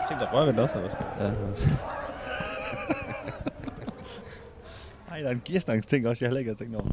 Tænk dig rørvendt også, eller hvad? Ja. Nej, der er en gearstangsting også, jeg heller ikke har tænkt over.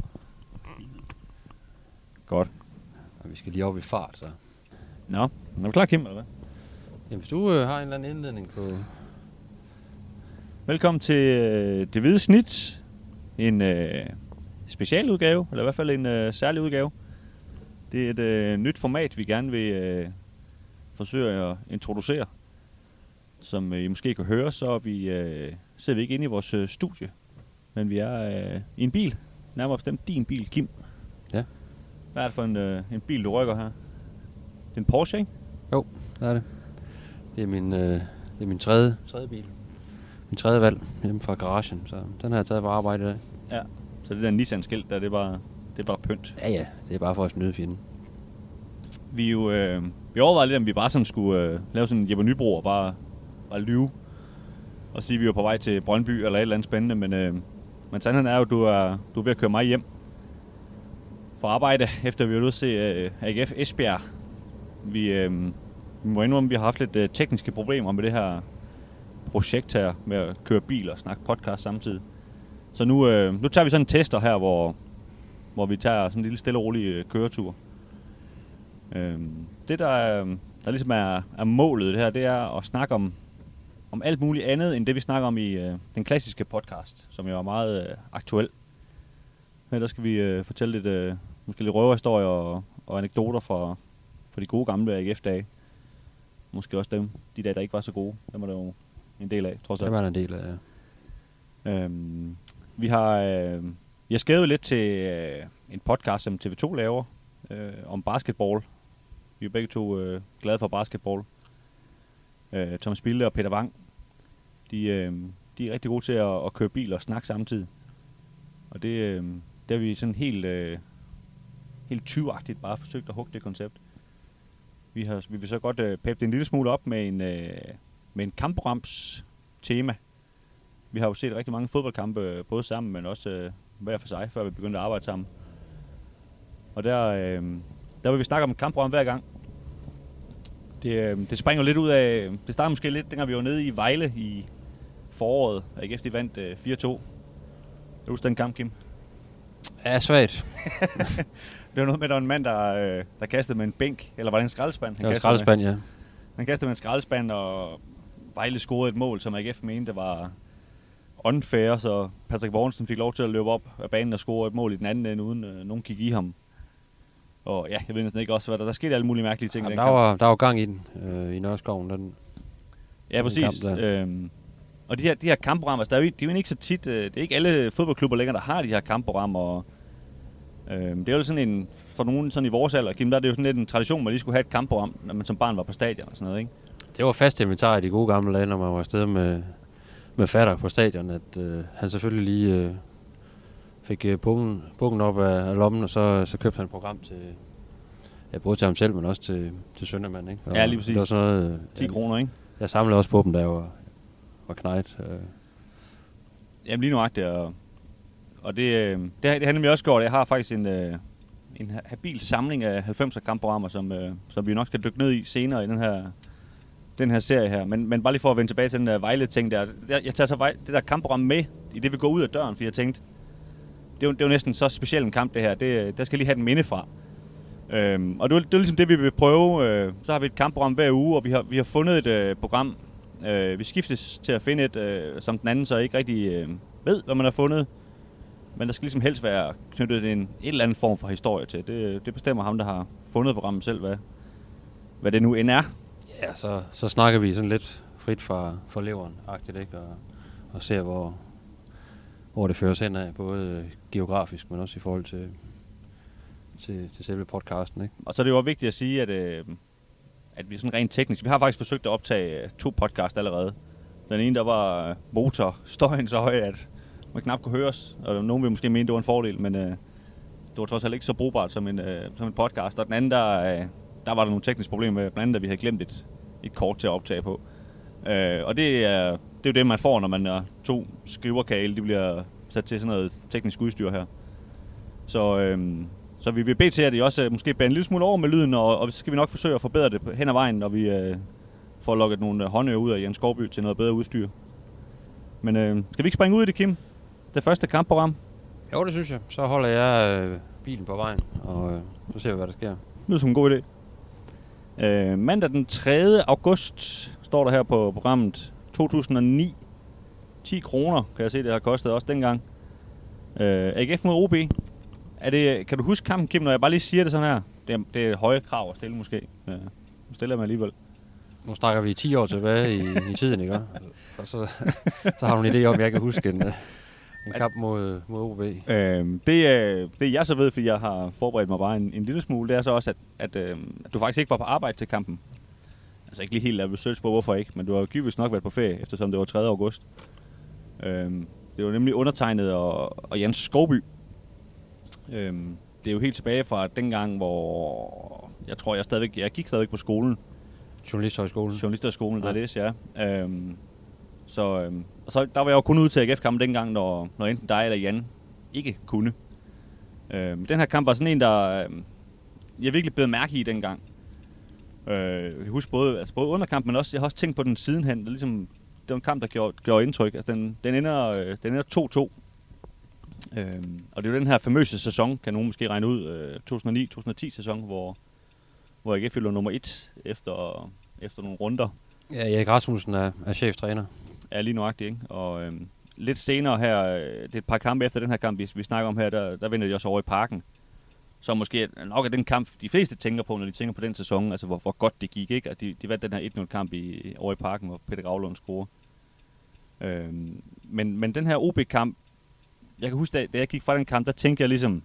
Godt. Og vi skal lige op i fart, så. Nå, er du klar, Kim, eller hvad? Jamen, hvis du har en eller anden indledning på... Velkommen til Det Hvide Snit. En specialudgave, eller i hvert fald en særlig udgave. Det er et nyt format, vi gerne vil forsøge at introducere. Som I måske kan høre, så sidder vi ikke inde i vores studie, men vi er i en bil. Nærmere bestemt din bil, Kim. Ja. Hvad er det for en bil, du rykker her? Det er en Porsche, ikke? Jo, det er det. Det er min tredje bil. Min tredje valg hjemme fra garagen, så den har jeg taget på arbejde i dag. Ja, så det der Nissan-skilt der, det er bare pynt. Ja, det er bare for at snyde fjenden. Vi overvejede lidt, om vi bare sådan skulle lave sådan en Jeppe Nybro og bare lyve. Og sige, at vi var på vej til Brøndby eller et eller andet spændende, men sandheden er jo, at du er ved at køre mig hjem fra arbejde, efter vi var ude at se AGF Esbjerg. Vi må indrømme, at vi har haft lidt tekniske problemer med det her projekt her, med at køre bil og snakke podcast samtidig. Så nu tager vi sådan en tester her, hvor vi tager sådan en lille stille og rolig køretur. Det, der ligesom er målet det her, det er at snakke om alt muligt andet, end det vi snakker om i den klassiske podcast, som jo er meget aktuel. Her der skal vi fortælle lidt, måske lidt røverhistorier og anekdoter fra de gode gamle AGF-dage. Måske også de dage, der ikke var så gode. Dem var der jo en del af, trods alt. Det var en del af, ja. Jeg skrev lidt til en podcast, som TV2 laver, om basketball. Vi er begge to glade for basketball. Thomas Bilde og Peter Wang, de er rigtig gode til at køre bil og snakke samtidig. Og det har vi sådan helt 20-agtigt bare forsøgt at hugge det koncept. Vi vil så godt peppe det en lille smule op med en kampprograms tema. Vi har jo set rigtig mange fodboldkampe, både sammen, men også hver for sig, før vi begyndte at arbejde sammen. Og der vil vi snakke om et kampprogram hver gang. Det springer lidt ud af... Det starter måske lidt, dengang vi var nede i Vejle i foråret. AGF, de vandt 4-2. Du husker den kamp, Kim? Ja, svagt. Det var noget med, at der var en mand, der kastede med en bænk. Eller var det en skraldespand? Det var en skraldespand, ja. Han kastede med en skraldespand, og Vejle scorede et mål, som AGF mente var unfair. Så Patrick Vognsen fik lov til at løbe op af banen og score et mål i den anden ende, uden nogen gik i ham. Og ja, jeg ved næsten ikke også, hvad der skete alle mulige mærkelige ting. Jamen, der var gang i den, i Nørreskoven. Ja, præcis. Og de her kampprogrammer, det er jo ikke så tit, det er ikke alle fodboldklubber længere, der har de her kampprogrammer. Det er jo sådan en, for nogen sådan i vores alder, Kim, der er det jo sådan lidt en tradition, at man lige skulle have et kampprogram, når man som barn var på stadion og sådan noget, ikke? Det var fast inventar i de gode gamle dage, når man var afsted med fatter på stadion, at han selvfølgelig lige fik pungen op af lommen, og så købte han et program til, både til ham selv, men også til Søndermand, ikke? Og ja, lige præcis. Det var sådan noget, 10 kroner, ikke? Jeg samlede også på dem, da jeg var knejt. Jamen lige nuagtigt, og det har nemlig også gjort. Jeg har faktisk en habil samling af 90'er kampprogrammer, som vi nok skal dykke ned i senere i den her serie her. Men bare lige for at vende tilbage til den der Vejle-ting der. Jeg tager så det der kampprogram med, i det vi går ud af døren, fordi jeg tænkte, det er jo næsten så speciel en kamp det her. Der skal lige have den minde fra. Og det er ligesom det, vi vil prøve. Så har vi et kampprogram hver uge, og vi har fundet et program. Vi skiftes til at finde et, som den anden så ikke rigtig ved, hvad man har fundet. Men der skal ligesom helst være knyttet en eller anden form for historie til. Det bestemmer ham, der har fundet programmet selv, hvad det nu end er. Ja, så snakker vi sådan lidt frit fra leveren-agtigt, ikke? Og ser, hvor det føres hen af, både geografisk, men også i forhold til selve podcasten, ikke? Og så er det jo også vigtigt at sige, at vi sådan rent teknisk, vi har faktisk forsøgt at optage 2 podcast allerede. Den ene, der var motorstøjen så høj, at man knap kunne høres, og nogen vil måske mene, det var en fordel, men det var trods alt ikke så brugbart som en podcast. Og den anden, der var der nogle tekniske problemer med, blandt andet, at vi havde glemt et kort til at optage på. Og det er jo det, man får, når man er 2 skriverkale, de bliver sat til sådan noget teknisk udstyr her. Så vi vil bede til, at I også måske bærer en lille smule over med lyden, og så skal vi nok forsøge at forbedre det hen ad vejen, når for at lokke nogle håndører ud af Jens Skovby til noget bedre udstyr. Men skal vi ikke springe ud i det, Kim? Det første kampprogram? Jo, det synes jeg. Så holder jeg bilen på vejen, og så ser vi, hvad der sker. Det lyder som en god idé. Mandag den 3. august står der her på programmet 2009. 10 kroner, kan jeg se, det har kostet også dengang. AGF mod OB. Kan du huske kampen, Kim, når jeg bare lige siger det sådan her? Det er høje krav at stille måske. Nu stiller jeg mig alligevel. Nu snakker vi 10 år tilbage i tiden, ikke? Og så har du en idé om, jeg kan huske en kamp mod OB. Det jeg så ved, fordi jeg har forberedt mig bare en lille smule, det er så også, at du faktisk ikke var på arbejde til kampen. Altså ikke lige helt lavet research på, hvorfor ikke, men du har givetvis nok været på ferie, eftersom det var 3. august. Det var nemlig undertegnet og Jens Skovby. Det er jo helt tilbage fra dengang, hvor jeg gik stadigvæk på skolen. Journalisthøjskolen, der læste jeg. Så der var jeg jo kun ude til AGF-kampen dengang, når enten dig eller Jan ikke kunne. Den her kamp var sådan en, der jeg virkelig blev mærke i dengang. Jeg husker både under kampen, men også jeg har også tænkt på den sidenhen. Det var en kamp, der gjorde indtryk. Altså, den ender 2-2. Og det er jo den her famøse sæson, kan nogen måske regne ud, 2009-2010 sæson, hvor AGF lå nummer 1 efter nogle runder. Ja, Erik Rasmussen er cheftræner. Ja, lige nøjagtigt, ikke? Og lidt senere her, det er et par kampe efter den her kamp, vi snakker om her, der vender de også over i Parken. Så måske nok er den kamp, de fleste tænker på, når de tænker på den sæson, altså hvor godt det gik, ikke? At de vandt den her 1-0-kamp over i Parken, hvor Peter Gravlund scorer. Men den her OB-kamp, jeg kan huske, da jeg gik fra den kamp, der tænkte jeg ligesom,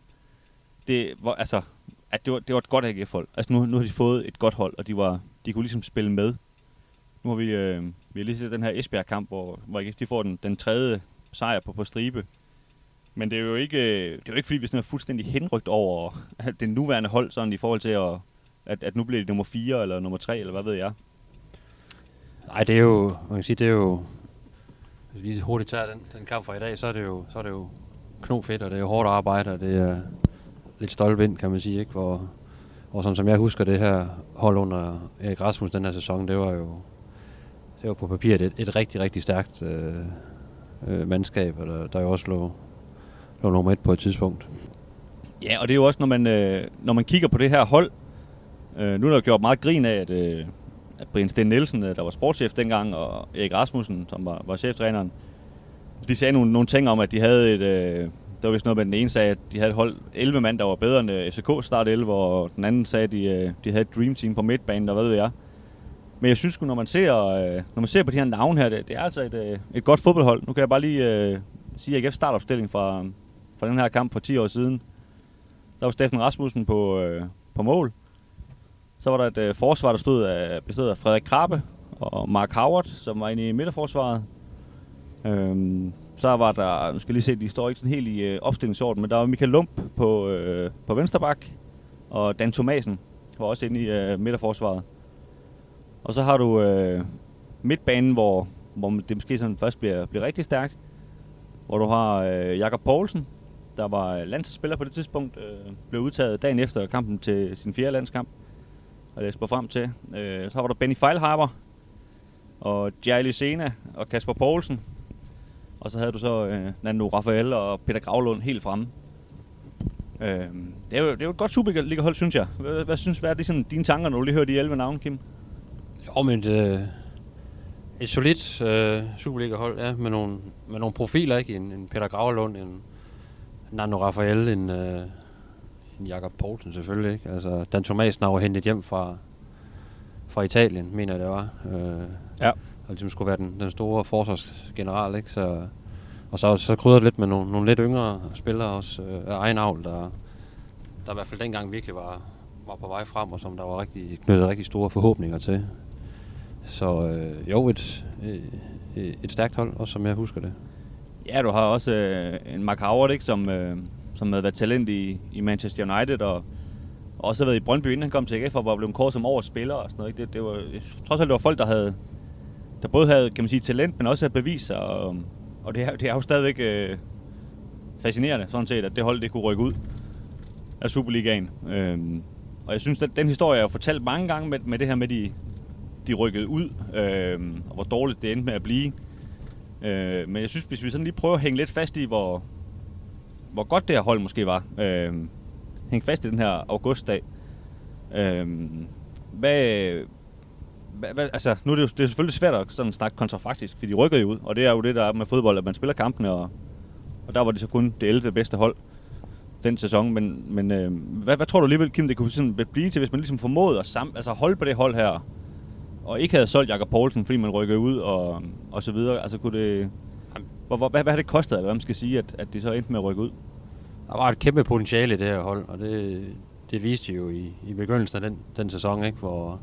at det var et godt AGF-hold. Altså nu har de fået et godt hold, og de kunne ligesom spille med. Nu har vi har lige set den her Esbjerg-kamp, hvor AGF de får den 3. sejr på stribe. Men det er jo ikke fordi vi sådan er fuldstændig henrygt over det nuværende hold, sådan i forhold til at nu bliver det nummer 4 eller nummer 3, eller hvad ved jeg. Nej, det er jo, man kan sige, det er jo, hvis vi lige hurtigt tager den kamp fra i dag, så er det jo knofedt, og det er jo hårdt arbejde, og det er lidt stolpevind, kan man sige, ikke? Hvor sådan som jeg husker det her hold under Erik Rasmussen den her sæson, det var på papiret et rigtig, rigtig stærkt mandskab, der jo også lå nummer 1 på et tidspunkt. Ja, og det er jo også, når man kigger på det her hold, nu er der jo gjort meget grin af, at Brian Sten Nielsen, der var sportschef dengang, og Erik Rasmussen, som var cheftræneren, de sagde nogle ting om, at de havde der var vist noget med den ene sagde, at de havde et hold 11 mand, der var bedre end FCK start 11, og den anden sagde, at de havde et dream team på midtbanen, og hvad ved jeg. Men jeg synes, når man ser på de her navne her, det er altså et godt fodboldhold. Nu kan jeg bare lige sige, at AGF startopstilling fra den her kamp for 10 år siden. Der var Steffen Rasmussen på mål. Så var der et forsvar, der bestod af Frederik Krabbe og Mark Howard, som var inde i midterforsvaret. Så var der, nu skal jeg lige se, de står ikke sådan helt i opstillingsorden, men der var Michael Lump på vensterbak, og Dan Thomasen var også inde i midterforsvaret. Og så har du midtbanen, hvor det måske sådan først bliver rigtig stærkt, hvor du har Jakob Poulsen, der var landsspiller på det tidspunkt, blev udtaget dagen efter kampen til sin 4. landskamp, og det jeg frem til. Så var der Benny Feilhaber, og Jaili Sena og Kasper Poulsen. Og så havde du så Nando Rafael og Peter Gravlund helt fremme. Det er jo et godt Superliga-hold, synes jeg. Hvad er det sådan dine tanker, når du lige hører de 11 navne, Kim? Jo, men et solidt Superliga-hold, ja, med nogle profiler, ikke? En Peter Gravlund, en Nando Rafael, en Jakob Poulsen selvfølgelig, ikke? Altså, Dan Thomasen har jo hentet hjem fra Italien, mener jeg det var. Ja. Og ligesom skulle være den store forsvarsgeneral, ikke? Så krydret lidt med nogle lidt yngre spillere også af egen avl, der i hvert fald dengang virkelig var på vej frem, og som der var knyttet rigtig store forhåbninger til. Så jo, et stærkt hold, også som jeg husker det. Ja, du har også en Mark Howard, ikke, som havde været talent i Manchester United, og også har været i Brøndby, inden han kom til AGF, og var blevet kåret som årets spiller og sådan noget. Ikke? Det var, trods alt, det var folk, der både havde, kan man sige, talent, men også havde bevis, og det er jo stadigvæk fascinerende, sådan set, at det hold, det kunne rykke ud af Superligaen. Og jeg synes, at den historie er jo fortalt mange gange med det her med de rykkede ud, og hvor dårligt det endte med at blive. Men jeg synes, hvis vi sådan lige prøver at hænge lidt fast i, hvor godt det her hold måske var. Hænge fast i den her augustdag. Altså, nu er det er selvfølgelig svært at sådan snakke kontrafaktisk, fordi de rykker jo ud, og det er jo det, der er med fodbold, at man spiller kampene, og der var det så kun det 11. bedste hold den sæson. Men hvad tror du alligevel, Kim, det kunne sådan blive til, hvis man ligesom formåede at holde på det hold her, og ikke havde solgt Jakob Poulsen, fordi man rykkede ud og så videre? Altså, kunne det... Hvad har det kostet, eller hvad man skal sige, at de så endte med at rykke ud? Der var et kæmpe potentiale i det her hold, og det viste jo i begyndelsen af den sæson, ikke?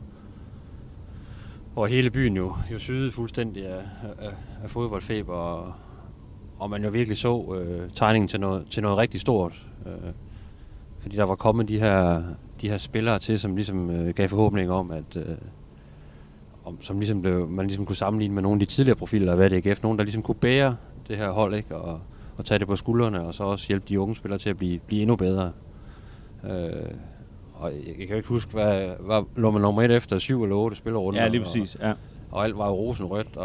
Hvor hele byen jo syede fuldstændig af fodboldfeber, og man jo virkelig så tegningen til noget rigtig stort. Fordi der var kommet de her spillere til, som ligesom gav forhåbninger om, at som ligesom man ligesom kunne sammenligne med nogle af de tidligere profiler af AGF. Nogen, der ligesom kunne bære det her hold, ikke? Og tage det på skuldrene, og så også hjælpe de unge spillere til at blive endnu bedre. Og jeg kan ikke huske, hvad lå man nummer 1 efter 7 eller 8 spillerunder. Ja, lige præcis. Ja. Og alt var jo rosenrødt,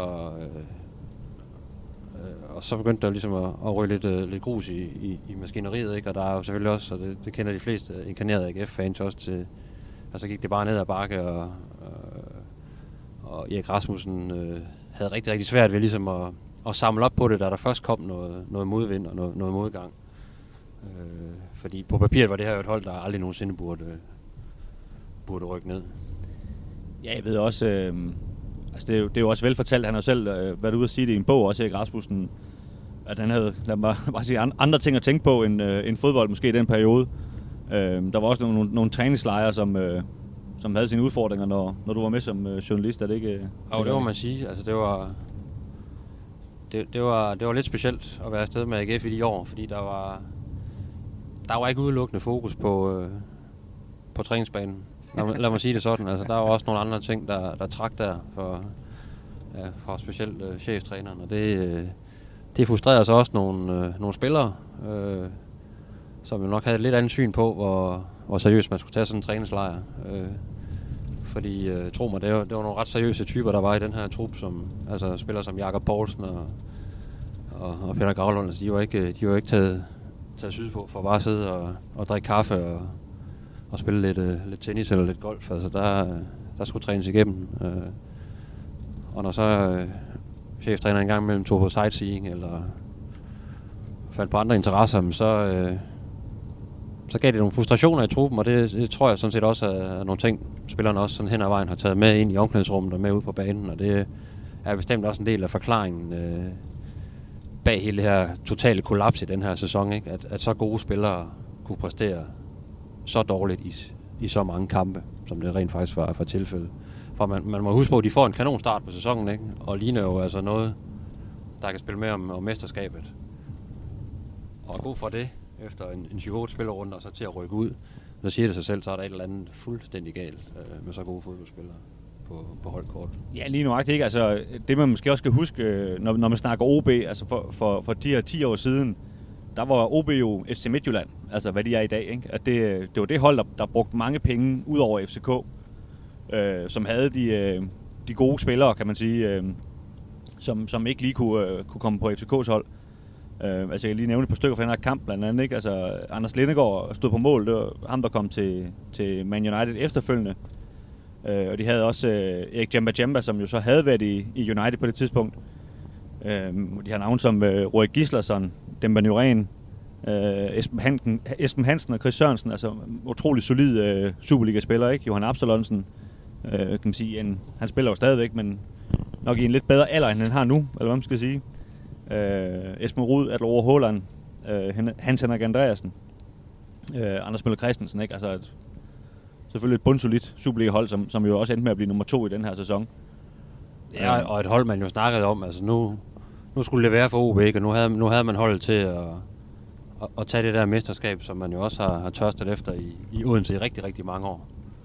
og så begyndte der ligesom at ryge lidt grus i maskineriet, ikke? Og der er jo selvfølgelig også, og det kender de fleste inkarnerede AGF-fans også til, og så gik det bare ned ad bakke, og Erik Rasmussen havde rigtig, rigtig svært ved ligesom at samle op på det, da der først kom noget modvind og noget modgang. Fordi på papiret var det her jo et hold, der aldrig nogensinde burde rykke ned. Ja, jeg ved også, altså det er jo også velfortalt, han har jo selv været ude at sige det i en bog, også Erik Rasmussen, at han havde, lad mig bare sige, andre ting at tænke på end fodbold måske i den periode. Der var også nogle træningslejre, som havde sine udfordringer, når du var med som journalist, er det ikke? Jo, det må man sige. Altså det var lidt specielt at være afsted med AGF i de år, fordi der var ikke udelukkende fokus på træningsbanen. Lad mig sige det sådan. Altså, der var også nogle andre ting, der trak der for specielt cheftræneren, og det frustrerede så også nogle spillere, som jo nok havde et lidt andet syn på, hvor seriøst man skulle tage sådan en træningslejr. Fordi, tro mig, det var nogle ret seriøse typer, der var i den her trup, som altså spillere som Jakob Poulsen og Peter Gravlund. Altså, de var ikke taget sydpå for bare at sidde og drikke kaffe og spille lidt tennis eller lidt golf. Altså, der skulle trænes igennem. Og når så cheftræner en gang imellem tog på sightseeing eller faldt på andre interesser, så gav det nogle frustrationer i truppen, og det tror jeg sådan set også er nogle ting, spillerne også sådan hen ad vejen har taget med ind i omklædningsrummet og med ud på banen, og det er bestemt også en del af forklaringen bag hele det her totale kollaps i den her sæson, ikke? At så gode spillere kunne præstere så dårligt i så mange kampe, som det rent faktisk var tilfældet. For man må huske på, at de får en kanon start på sæsonen, ikke? Og ligner jo altså noget, der kan spille med om mesterskabet. Og er god for det, efter en 7-8 spillerrunde, og så til at rykke ud. Så siger det sig selv, så er der et eller andet fuldstændig galt med så gode fodboldspillere på holdkortet. Ja, lige nuagtigt, ikke? Altså, det man måske også skal huske, når man snakker OB, altså for de her 10 år siden, der var OB jo FC Midtjylland, altså hvad de er i dag, ikke? At det var det hold, der brugte mange penge ud over FCK, som havde de gode spillere, kan man sige, som ikke lige kunne komme på FCK's hold. Altså jeg kan lige nævne et par stykker fra den her kamp blandt andet, ikke? Altså Anders Lindegaard stod på mål, det var ham, der kom til Man United efterfølgende. Og de havde også Erik Djemba, som jo så havde været i United på det tidspunkt. De har navn som Roy Gislason, Demba Nuren, Esben Hansen og Chris Sørensen, altså utrolig solid Superliga-spillere, ikke? Johan Absalonsen, kan man sige, han spiller jo stadigvæk, men nok i en lidt bedre alder, end han har nu, eller hvad man skal sige. Esben Ruud, Adler Ove Haaland, Hans Henrik Andreasen, Anders Møller Christensen, ikke? Altså selvfølgelig et bundsolidt Superliga-hold, som jo også endte med at blive nummer 2 i den her sæson. Ja, og et hold, man jo snakkede om, altså nu skulle det være for OB, og nu havde man holdet til at tage det der mesterskab, som man jo også har tørstet efter i Odense i rigtig, rigtig mange år.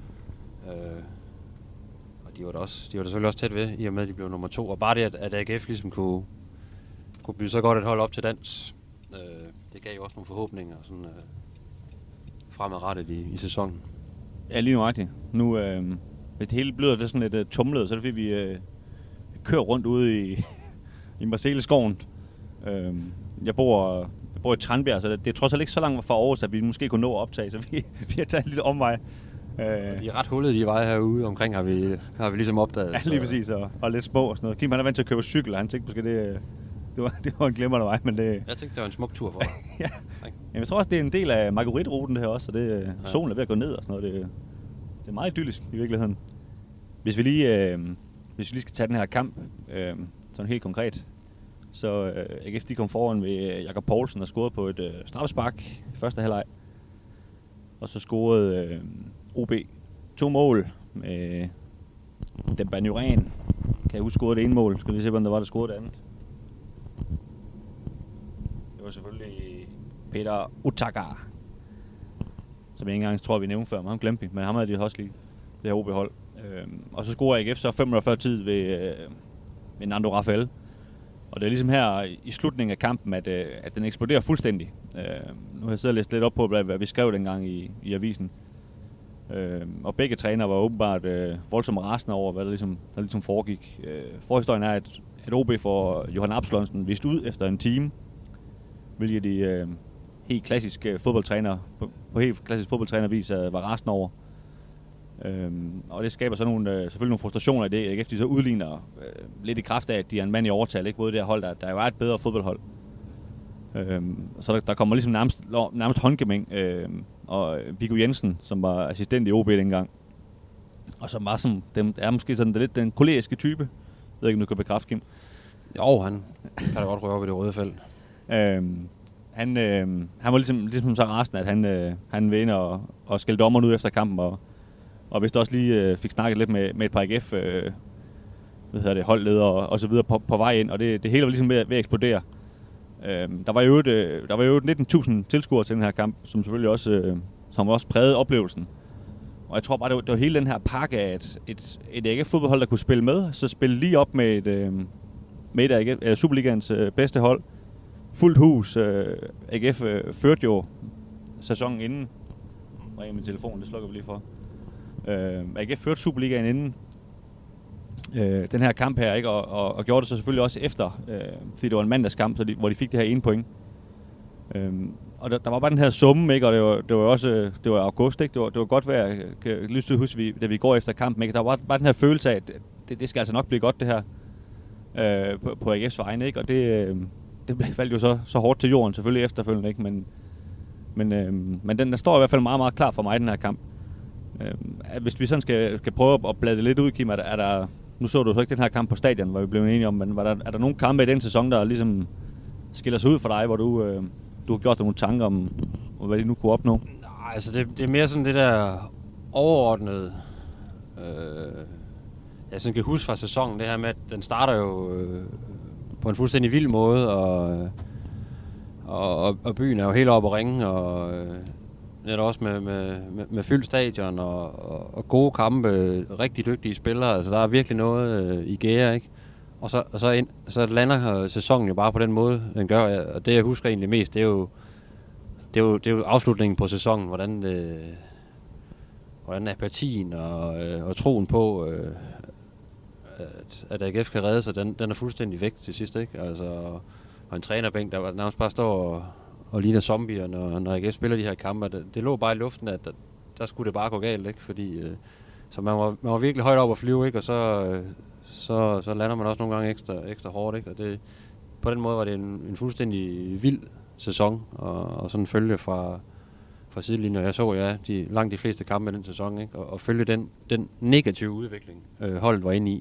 Og de var da selvfølgelig også tæt ved, i og med at de blev nummer 2. Og bare det, at AGF ligesom kunne byde så godt et hold op til dans, det gav jo også nogle forhåbninger sådan, fremadrettet i sæsonen. Ja, lige nuagtigt. Nu hvis det hele bliver det sådan lidt tumlet, så er det fordi, vi kører rundt ude i Marseilleskoven. Jeg bor i Tranbjerg, så det er trods alt ikke så langt fra Aarhus, at vi måske kunne nå at optage, så vi har taget lidt omvej. De er ret hullede, de veje herude omkring, har vi ligesom opdaget. Ja, lige præcis, og lidt små og sådan noget. Kim, han er vant til at købe cykel, og han tænkte måske, det var en glemrende vej, men det... Jeg tænkte, det var en smuk tur for dig. Ja. Jamen, jeg tror også, det er en del af Marguerite-ruten det her også, så det, solen er ved at gå ned og sådan noget. Det er meget idyllisk i virkeligheden. Hvis vi lige skal tage den her kamp, sådan helt konkret, så AGF de kom foran ved Jakob Poulsen og scorede på et straffespark i første halvleg. Og så scorede OB 2 mål med Demba Nuren. Kan jeg huske scorede det ene mål? Skal vi se, hvordan der var, der scorede det andet? Det var selvfølgelig Peter Utakar, som jeg ikke engang tror, vi nævnte før, men ham glemte vi. Men ham havde de også lige, det her OB-hold. Og så scorer AGF så 45 tid ved Nando Rafael. Og det er ligesom her i slutningen af kampen, at den eksploderer fuldstændig. Nu har jeg siddet og læst lidt op på, hvad vi skrev dengang i avisen. Og begge trænere var åbenbart voldsomt rasende over, hvad der ligesom foregik. Forhistorien er, at OB får Johan Absalonsen vist ud efter en time, hvilket de helt klassisk fodboldtræner på helt klassisk fodboldtrænervis var rasende over. Og det skaber så selvfølgelig nogle frustrationer i det, efter de så udligner lidt i kraft af, at de er en mand i overtal, ikke? Både det her hold, der jo er et bedre fodboldhold. Så der kommer ligesom nærmest håndgemæng, og Viggo Jensen, som var assistent i OB dengang, og som var sådan, er måske sådan lidt den koleriske type. Jeg ved ikke, om du kan bekræfte, Kim? Jo, han kan da godt røre op i det røde felt. Han var ligesom så rasende, at han vil ind og skælde dommeren ud efter kampen, og vist også lige fik snakket lidt med et par AGF holdledere og så videre på vej ind, og det hele var ligesom ved at eksplodere. Der var jo 19.000 tilskuere til den her kamp, som selvfølgelig også prægede oplevelsen. Og jeg tror bare, det var hele den her pakke af et AGF-fodboldhold, der kunne spille med, så spille lige op med et af Superligaens bedste hold. Fuldt hus. AGF førte jo sæsonen inden. Ringer min telefon, det slukker vi lige for. AGF førte Superligaen inden den her kamp her, ikke? Og gjorde det så selvfølgelig også efter, fordi det var en mandagskamp, hvor de fik det her ene point. Og der var bare den her summe, ikke? Og det var august, ikke? Det var godt vejr. Jeg kan lyst til at huske, da vi går efter kampen, ikke? Der var bare den her følelse af, at det skal altså nok blive godt, det her på AGF's vegne, ikke? Og det faldt jo så hårdt til jorden, selvfølgelig efterfølgende, ikke? Men den der står i hvert fald meget, meget klar for mig, den her kamp. Hvis vi sådan skal prøve at blade lidt ud, Kim, er der nu så du så ikke den her kamp på stadion, hvor vi blev enige om, men er der nogle kampe i den sæson, der ligesom skiller sig ud for dig, hvor du har gjort dig nogle tanker om, hvad de nu kunne opnå? Nej, altså det er mere sådan det der overordnede, jeg sådan kan huske fra sæsonen, det her med, at den starter jo på en fuldstændig vild måde, og byen er jo helt oppe at ringe, og netop også med fyldt stadion og gode kampe, rigtig dygtige spillere. Altså der er virkelig noget i gære, ikke? Og så lander sæsonen jo bare på den måde, den gør. Og det jeg husker egentlig mest, det er jo afslutningen på sæsonen, hvordan apatien og troen på, at AGF kan redde sig, den er fuldstændig væk til sidst, ikke? Altså, og en trænerbænk, der nærmest bare står og ligner zombier, når AGF spiller de her kampe. Det lå bare i luften, at der skulle det bare gå galt, ikke? Fordi så man var virkelig højt op at flyve, ikke? Og så lander man også nogle gange ekstra hårdt, ikke? Og på den måde var det en fuldstændig vild sæson, og sådan følge fra sidelinjen. Jeg så langt de fleste kampe i den sæson, ikke? Og følge den negative udvikling, holdet var inde i.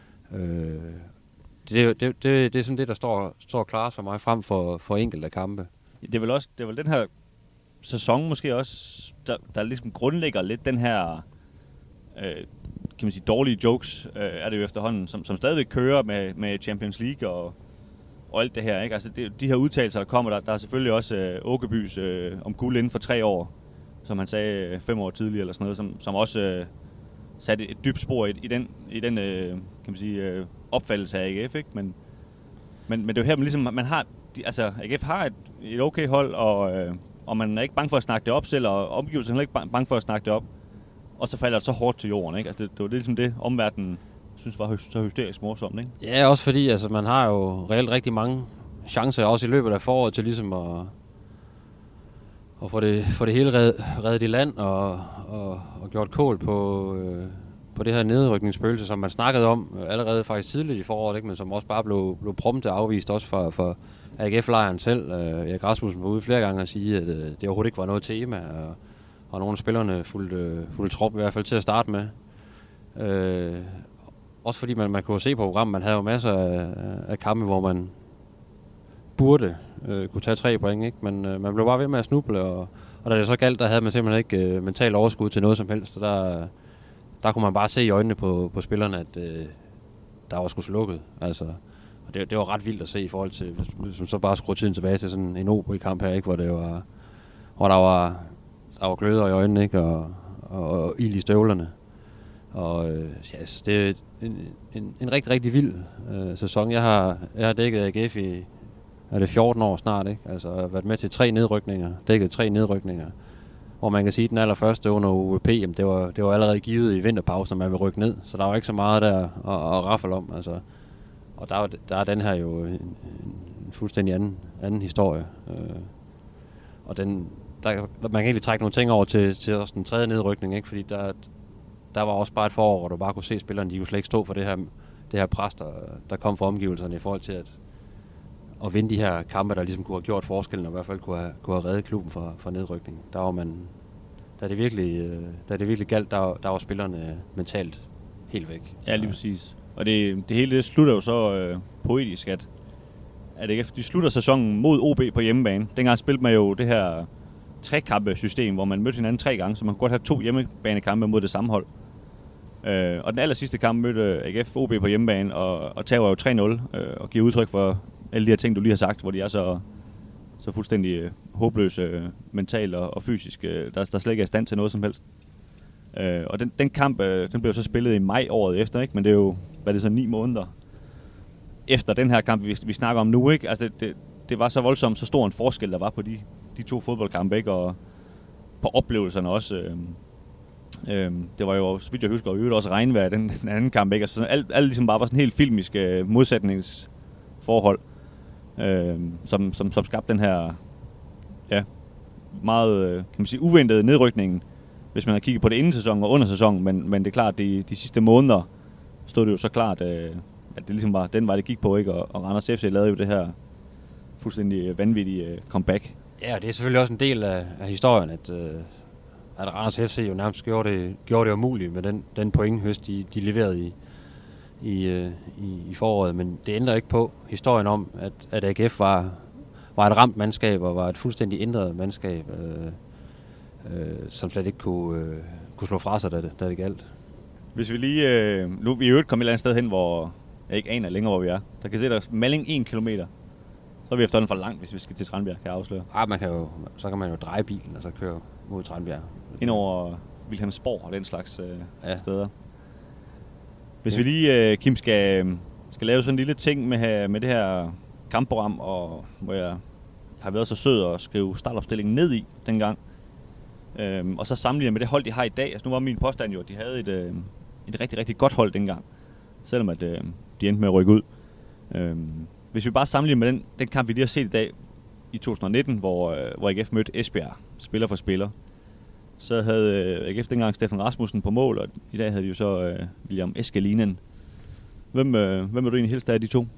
Det er sådan det, der står klart for mig frem for enkelte kampe. Det er vel den her sæson måske også, der ligesom grundlægger lidt den her, kan man sige, dårlige jokes, er det jo efterhånden, som stadigvæk kører med Champions League og alt det her, ikke? Altså de her udtalelser, der kommer, der er selvfølgelig også Åkebys om guld inden for 3 år, som han sagde 5 år tidligere eller sådan noget, som også satte et dybt spor i den kan man sige, opfattelse af AGF, ikke? Men det er jo her, man har, altså AGF har et okay hold, og man er ikke bange for at snakke det op selv, og omgivelserne er ikke bange for at snakke det op. og så falder det så hårdt til jorden, ikke? Altså det var ligesom det, omverdenen synes var så hysterisk morsomt, ikke? Ja, også fordi altså, man har jo reelt rigtig mange chancer, også i løbet af foråret, til ligesom at få det hele reddet i land og gjort kål på det her nedrykningsspøgelse, som man snakkede om allerede faktisk tidligt i foråret, ikke? Men som også bare blev prompte afvist også for AGF-lejren selv. Erik Rasmussen var ude flere gange at sige, at det overhovedet ikke var noget tema, og nogle af spillerne fulgte trop i hvert fald til at starte med. Også fordi man kunne se på programmet, man havde jo masser af kampe, hvor man burde kunne tage 3 point, ikke? Men man blev bare ved med at snuble, og da det så galt, der havde man simpelthen ikke mentalt overskud til noget som helst, og der kunne man bare se i øjnene på spillerne, at der var sgu slukket. Altså, og det var ret vildt at se i forhold til, hvis man så bare skruer tiden tilbage til sådan en OB-kamp her, ikke? Hvor der var gløder i øjnene, ikke? Og ild i støvlerne. Og yes, det er en rigtig, rigtig vild sæson. Jeg har dækket AGF i 14 år snart, ikke? Altså, jeg har været med til 3 nedrykninger, dækket 3 nedrykninger. Hvor man kan sige, at den allerførste under UVP, jamen det var allerede givet i vinterpausen, når man vil rykke ned. Så der var ikke så meget der at raffle om. Altså. Og der er den her jo en fuldstændig anden historie. Og man kan egentlig trække nogle ting over til også den 3. nedrykning, ikke? Fordi der var også bare et forår, hvor du bare kunne se spillerne, de kunne slet ikke stå for det her pres, der kom fra omgivelserne i forhold til at vinde de her kampe, der ligesom kunne have gjort forskellen, og i hvert fald kunne have reddet klubben fra nedrykning. Da det virkelig galt, der var spillerne mentalt helt væk. Ja, lige præcis. Og det hele det slutter jo så poetisk, at AGF, de slutter sæsonen mod OB på hjemmebane. Dengang spillede man jo det her trekampe-system, hvor man mødte hinanden 3 gange, så man kunne godt have 2 hjemmebanekampe mod det samme hold. Og den aller sidste kamp mødte AGF OB på hjemmebane, og tager jo 3-0, og giver udtryk for alle de her ting, du lige har sagt, hvor de er så fuldstændig håbløse mentalt og fysisk, der slet ikke er i stand til noget som helst. Og den kamp, den blev så spillet i maj året efter, ikke? Men det er jo, hvad det så, 9 måneder efter den her kamp, vi snakker om nu, ikke? Altså det var så voldsomt, så stor en forskel, der var på de 2 fodboldkampe, ikke? Og på oplevelserne også. Det var jo, så vidt jeg husker, og også regnvejr den anden kamp, ikke? Altså alt ligesom bare var sådan helt filmisk modsætningsforhold, som skabte den her, ja, meget, kan man sige, uventede nedrykning, hvis man har kigget på det inden sæsonen og under sæsonen, men det er klart, de sidste måneder stod det jo så klart, at det ligesom var den vej, det gik på, ikke? Og Randers FC lavede jo det her fuldstændig vanvittige comeback. Ja, det er selvfølgelig også en del af historien, at Randers FC jo nærmest gjorde det umuligt med den pointhøst, de leverede i foråret. Men det ændrer ikke på historien om, at AGF var et ramt mandskab og var et fuldstændig ændret mandskab, som slet ikke kunne slå fra sig, da det galt. Hvis vi lige... nu er vi jo kommet et eller andet sted hen, hvor jeg ikke aner længere, hvor vi er. Der kan se, der Malling 1 kilometer. Så er vi efterhånden for langt, hvis vi skal til Tranbjerg, kan jeg afsløre. Så kan man jo dreje bilen og så køre mod Tranbjerg. Ind over Vilhelmsborg og den slags steder. Hvis vi lige, Kim, skal lave sådan en lille ting med det her kampprogram, og hvor jeg har været så sød at skrive startopstillingen ned i dengang, og så sammenligne med det hold, de har i dag. Altså nu var min påstand jo, at de havde et rigtig, rigtig godt hold dengang, selvom at de endte med at rykke ud. Hvis vi bare sammenligner med den kamp, vi lige har set i dag, i 2019, hvor AGF mødte Esbjerg, spiller for spiller, så havde AGF dengang Steffen Rasmussen på mål, og i dag havde de jo så William Eskelinen. Hvem er du egentlig helst af de 2?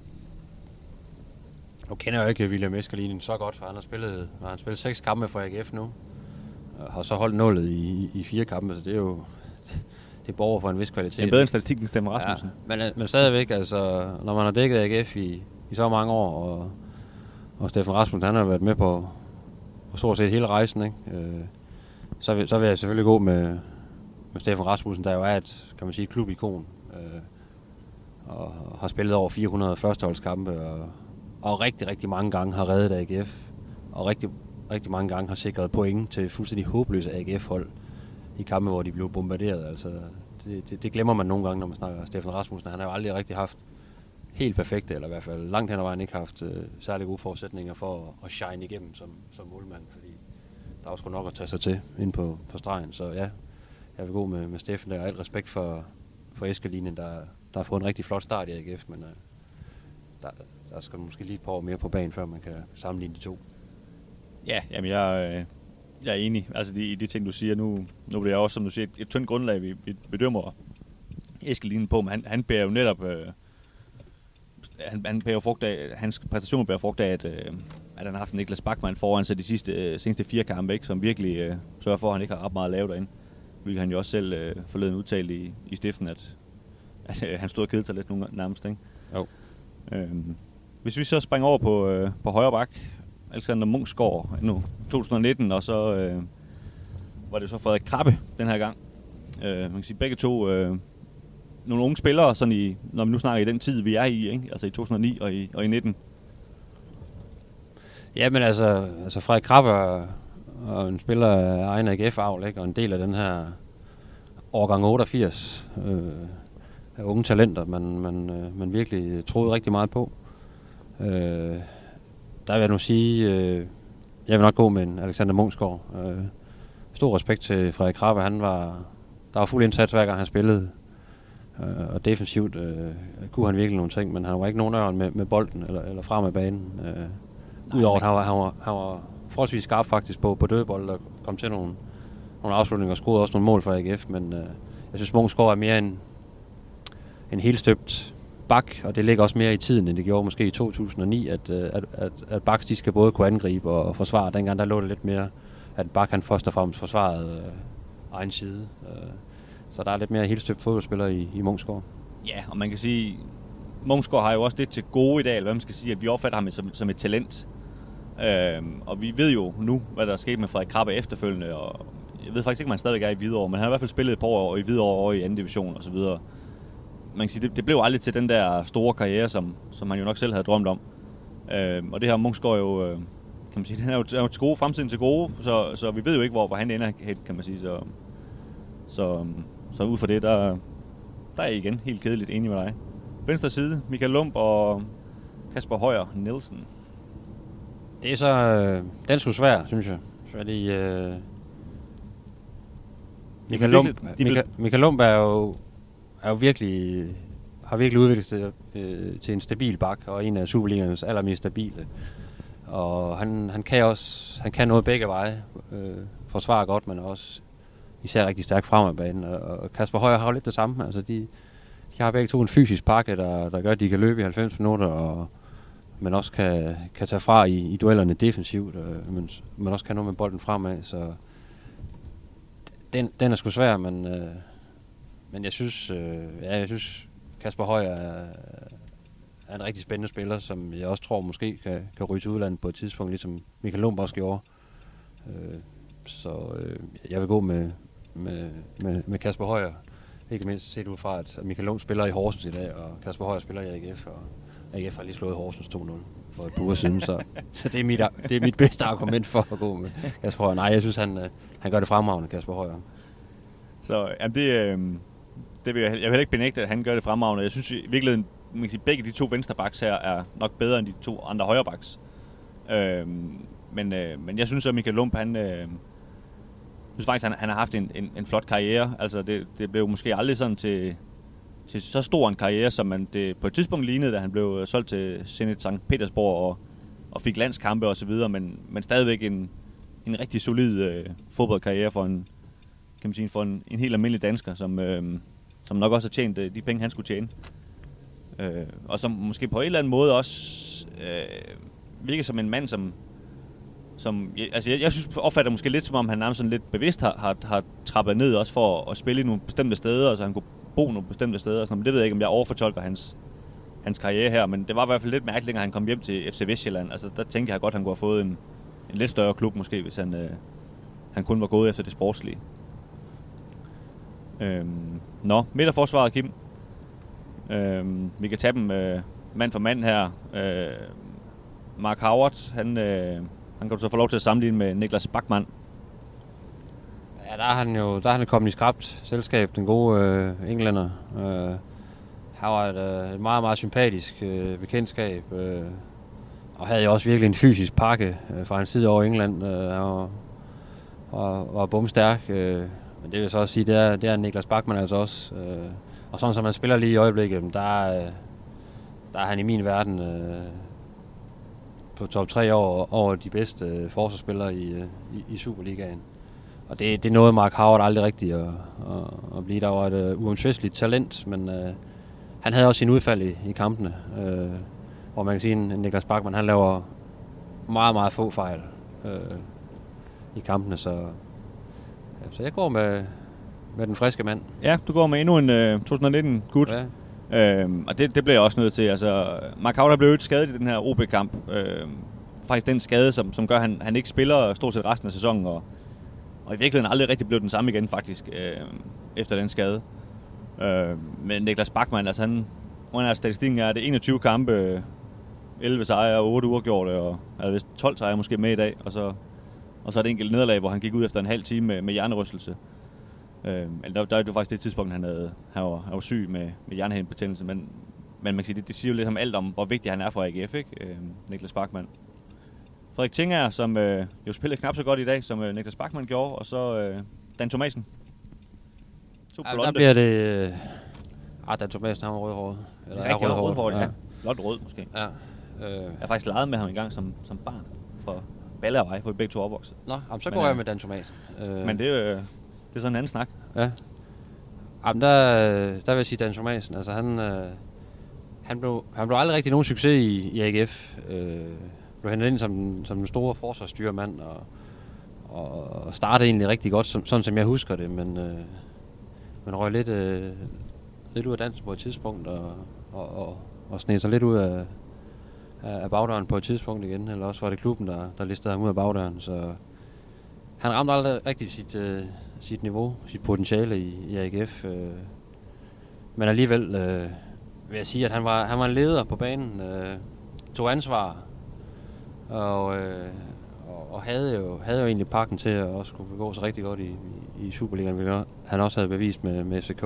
Nu kender jeg jo ikke William Eskelinen så godt, for han har spillet 6 kampe for AGF nu, og har så holdt nullet i 4 kampe, så det er jo... Det borger for en vis kvalitet. Det er bedre end statistikken Steffen Rasmussen. Ja, men stadigvæk, altså, når man har dækket AGF i så mange år, og Steffen Rasmussen, han har været med på stort set hele rejsen, ikke? Så vil jeg selvfølgelig gå med Steffen Rasmussen, der jo er et, kan man sige, klubikon, og har spillet over 400 førsteholdskampe, og rigtig, rigtig mange gange har reddet AGF, og rigtig, rigtig mange gange har sikret point til fuldstændig håbløse AGF-hold i kampe, hvor de blev bombarderet. Altså, det glemmer man nogle gange, når man snakker Steffen Rasmussen. Han har jo aldrig rigtig haft helt perfekte, eller i hvert fald langt hen ad vejen ikke haft særlig gode forudsætninger for at shine igennem som målmand, fordi der er også nok at tage sig til ind på stregen. Så ja, vil gå med Steffen der, og alt respekt for Eskelinen, der har fået en rigtig flot start i AGF, men der skal måske lige et par år mere på banen, før man kan sammenligne de to. Ja, jamen jeg er enig. Altså de ting, du siger nu bliver jeg også, som du siger, et tyndt grundlag, vi bedømmer Eskelinen på, men han bærer jo netop... Han bærer frugt af, hans præstation bærer frugt af, at han har haft Niklas Bachmann foran sig de seneste 4 kampe, ikke, som virkelig sørger for, at han ikke har ret meget at lave derinde. Hvilket han jo også selv forleden udtalt i stiften, at han stod og kedede sig lidt nu nærmest, ikke? Jo. Hvis vi så springer over på højre bak, Alexander Munksgaard nu 2019, og så var det så Frederik Krabbe den her gang. Man kan sige begge to nogle unge spillere, sådan når vi nu snakker i den tid, vi er i, ikke? Altså i 2009 og i 19. Ja, men altså Frederik Krabbe og en spiller af egen AGF-avl, ikke? Og en del af den her årgang 88 af unge talenter, man virkelig troede rigtig meget på. Der vil jeg nu sige, jeg vil nok gå med en Alexander Munksgaard. Stor respekt til Frederik Krabbe. Der var fuld indsats hver gang han spillede. Og defensivt kunne han virkelig nogle ting, men han var ikke nogen ørn med bolden eller frem af banen. Udover at han var forholdsvis skarp faktisk på dødbold og kom til nogle afslutninger og scorede også nogle mål for AGF, men jeg synes Munksgaard er mere en helt støbt bak, og det ligger også mere i tiden, end det gjorde måske i 2009, at baks de skal både kunne angribe og forsvare. Dengang der lå det lidt mere, at bak han først og fremmest forsvarede egen side. Så der er lidt mere helt støbt fodboldspiller i Munksgaard. Ja, og man kan sige, Munksgaard har jo også det til gode i dag, hvad man skal sige, at vi opfatter ham som et talent. Og vi ved jo nu, hvad der er sket med Frederik Krabbe efterfølgende, og jeg ved faktisk ikke, om han stadigvæk er i Hvidovre, men han har i hvert fald spillet et par år i Hvidovre og i anden division og så videre. Man kan sige, det blev aldrig til den der store karriere, som han jo nok selv havde drømt om. Og det her Munksgaard jo, kan man sige, den er jo til gode, fremtiden til gode, så vi ved jo ikke, hvor han ender hen, kan man sige. Så ud fra det, der er jeg igen helt kedeligt enig med dig. Venstre side, Michael Lump og Kasper Højer Nielsen. Det er så... den er sgu svær, synes jeg. Fordi... Michael Lump er jo virkelig... har virkelig udviklet sig til en stabil bak, og en af Superligaens allermest stabile. Og han kan noget begge veje. Forsvarer godt, men også især rigtig stærk frem af banen. Og Kasper Højer har jo lidt det samme. Altså de har begge to en fysisk pakke, der gør, at de kan løbe i 90 minutter, men også kan tage fra i duellerne defensivt, men også kan noget med bolden fremad. Så den er sgu svær, men jeg synes Kasper Højer er en rigtig spændende spiller, som jeg også tror måske kan ryge til udlandet på et tidspunkt, ligesom Michael Lump også gjorde. Så jeg vil gå med Kasper Højer. Ikke mindst set ud fra, at Michael Lump spiller i Horsens i dag, og Kasper Højer spiller i AGF, og AGF har lige slået Horsens 2-0 for et par uger siden, så det er mit bedste argument for at gå med Kasper Højer. Nej, jeg synes, han gør det fremragende, Kasper Højer. Så det vil jeg vil ikke benægte, at han gør det fremragende. Jeg synes i virkeligheden, man kan sige, begge de to venstrebacks her er nok bedre end de to andre højrebacks. Men jeg synes, at Michael Lump, jeg synes faktisk, han har haft en flot karriere. Altså, det blev måske aldrig sådan til så stor en karriere, som man det på et tidspunkt lignede, da han blev solgt til Zenit Sankt Petersborg og fik landskampe og så videre, men stadigvæk en rigtig solid fodboldkarriere for en helt almindelig dansker, som nok også har tjent de penge, han skulle tjene. Og som måske på en eller anden måde også virker som en mand, jeg synes, opfatter måske lidt som om, han nærmest sådan lidt bevidst har trappet ned også for at spille i nogle bestemte steder, så han kunne bo nogle bestemte steder. Men det ved jeg ikke, om jeg overfortolker hans karriere her, men det var i hvert fald lidt mærkeligt, at han kom hjem til FC Vestjylland. Altså, der tænkte jeg godt, at han kunne have fået en lidt større klub måske, hvis han kun var gået efter det sportslige. Midterforsvaret, Kim. Vi kan tage dem mand for mand her. Mark Howard, han kan du så få lov til at sammenligne med Niklas Bachmann. Ja, der er han kommet i skrapt selskab, den gode englænder. Howard et meget, meget sympatisk bekendtskab, og havde jo også virkelig en fysisk pakke fra hans side over England. Han var bumstærk, Men det vil så også sige, det er Niklas Bachmann altså også. Og sådan som han spiller lige i øjeblikket, der er han i min verden på top 3 over de bedste forsvarsspillere i Superligaen. Og det nåede Mark Howard aldrig rigtigt at blive. Der var et uomtvisteligt talent, men han havde også sin udfald i kampene. Hvor man kan sige, at Niklas Bachmann, han laver meget, meget få fejl i kampene. Så jeg går med den friske mand. Ja, du går med endnu en 2019-gut. Ja. Og det blev jeg også nødt til. Altså, Mark Howard blev lidt skadet i den her OB-kamp. Faktisk den skade, som gør, at han ikke spiller stort set resten af sæsonen. Og i virkeligheden aldrig rigtig blev den samme igen, faktisk, efter den skade. Men Niklas Bachmann, altså under statistikken er det 21 kampe, 11 sejre og 8 uafgjorte, og altså vist 12 sejre måske med i dag. Og så er det enkelt nederlag, hvor han gik ud efter en halv time med hjernerystelse. Der er det faktisk det tidspunkt, han var syg med hjernehindebetændelse, men man kan sige, det siger jo lidt om alt om, hvor vigtig han er for AGF, ikke? Niklas Bachmann. Frederik Tinger, som jo spillede knap så godt i dag, som Niklas Bachmann gjorde, og så Dan Thomasen. Der bliver det... Dan Thomasen, han var rødhåret. Eller er rødhåret, ja. Blot rød, måske. Ja. Jeg har faktisk leget med ham en gang som barn for Ballervej, hvor vi begge to opvokset. Nå, så går jeg med Dan Thomasen. Men det er sådan en anden snak. Ja. Jamen, der vil jeg sige Dan Thomasen. Altså, han blev aldrig rigtig nogen succes i AGF. Blev hentet ind som den store forsvarsstyrmand og startede egentlig rigtig godt, sådan som jeg husker det, men røg lidt ud af dansen på et tidspunkt og sneg sig lidt ud af bagdøren på et tidspunkt igen, eller også var det klubben, der listede ham ud af bagdøren, så han ramte aldrig rigtig sit niveau, sit potentiale i AGF, men alligevel vil jeg sige, at han var en leder på banen, tog ansvar, og havde jo egentlig pakken til at også kunne begå sig rigtig godt i Superligaen, hvilket han også havde bevist med FCK.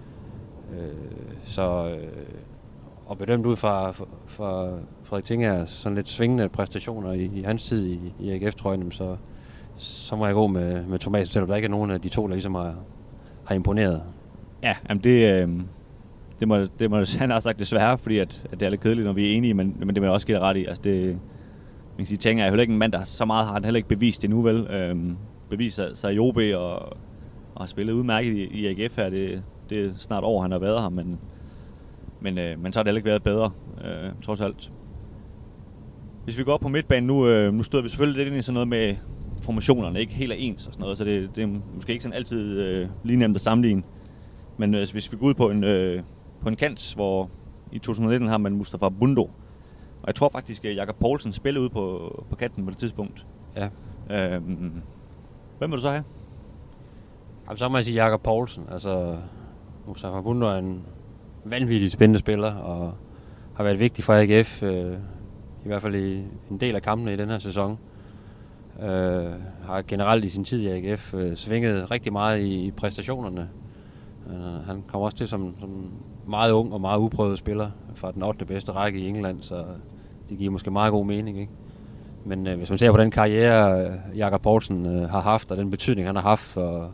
Og bedømt ud fra Frederik Tinger sådan lidt svingende præstationer i hans tid i AGF-trøjen, så må jeg gå med Thomas, selvom der ikke er nogen af de to, der ligesom har imponeret. Ja, jamen det må han have sagt desværre, fordi at det er lidt kedeligt, når vi er enige, men det må jeg også give ret i. Altså det, man kan sige, Tinger er heller ikke en mand, der så meget har han heller ikke bevist endnu, vel? Bevist sig i OB og har spillet udmærket i AGF her. Det er snart over, han har været her, men så har det heller ikke været bedre, trods alt. Hvis vi går op på midtbanen nu stod vi selvfølgelig lidt ind i sådan noget med formationerne, ikke helt er ens og sådan noget, så det er måske ikke sådan altid lige nemt at sammenligne. Men hvis vi går ud på en kant, hvor i 2019 har man Mustafa Bundo, og jeg tror faktisk, at Jakob Poulsen spillede ude på kanten på det tidspunkt. Ja. Hvem vil du så have? Jamen, så må jeg sige Jakob Poulsen. Altså, Mustafa Bundo er en vanvittigt spændende spiller, og har været vigtig for AGF, i hvert fald i en del af kampene i den her sæson. Har generelt i sin tid i AGF svinget rigtig meget i præstationerne. Han kom også til som meget ung og meget uprøvet spiller fra den 8. bedste række i England, så det giver måske meget god mening, ikke? Men hvis man ser på den karriere, Jakob Poulsen har haft, og den betydning, han har haft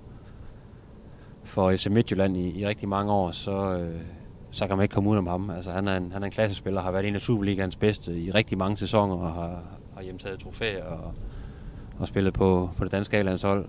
for FC Midtjylland i rigtig mange år, så kan man ikke komme ud om ham. Altså, han er en klassespiller, har været en af Superligaens bedste i rigtig mange sæsoner, og har hjemtaget trofæer og spillet på det danske A-landshold.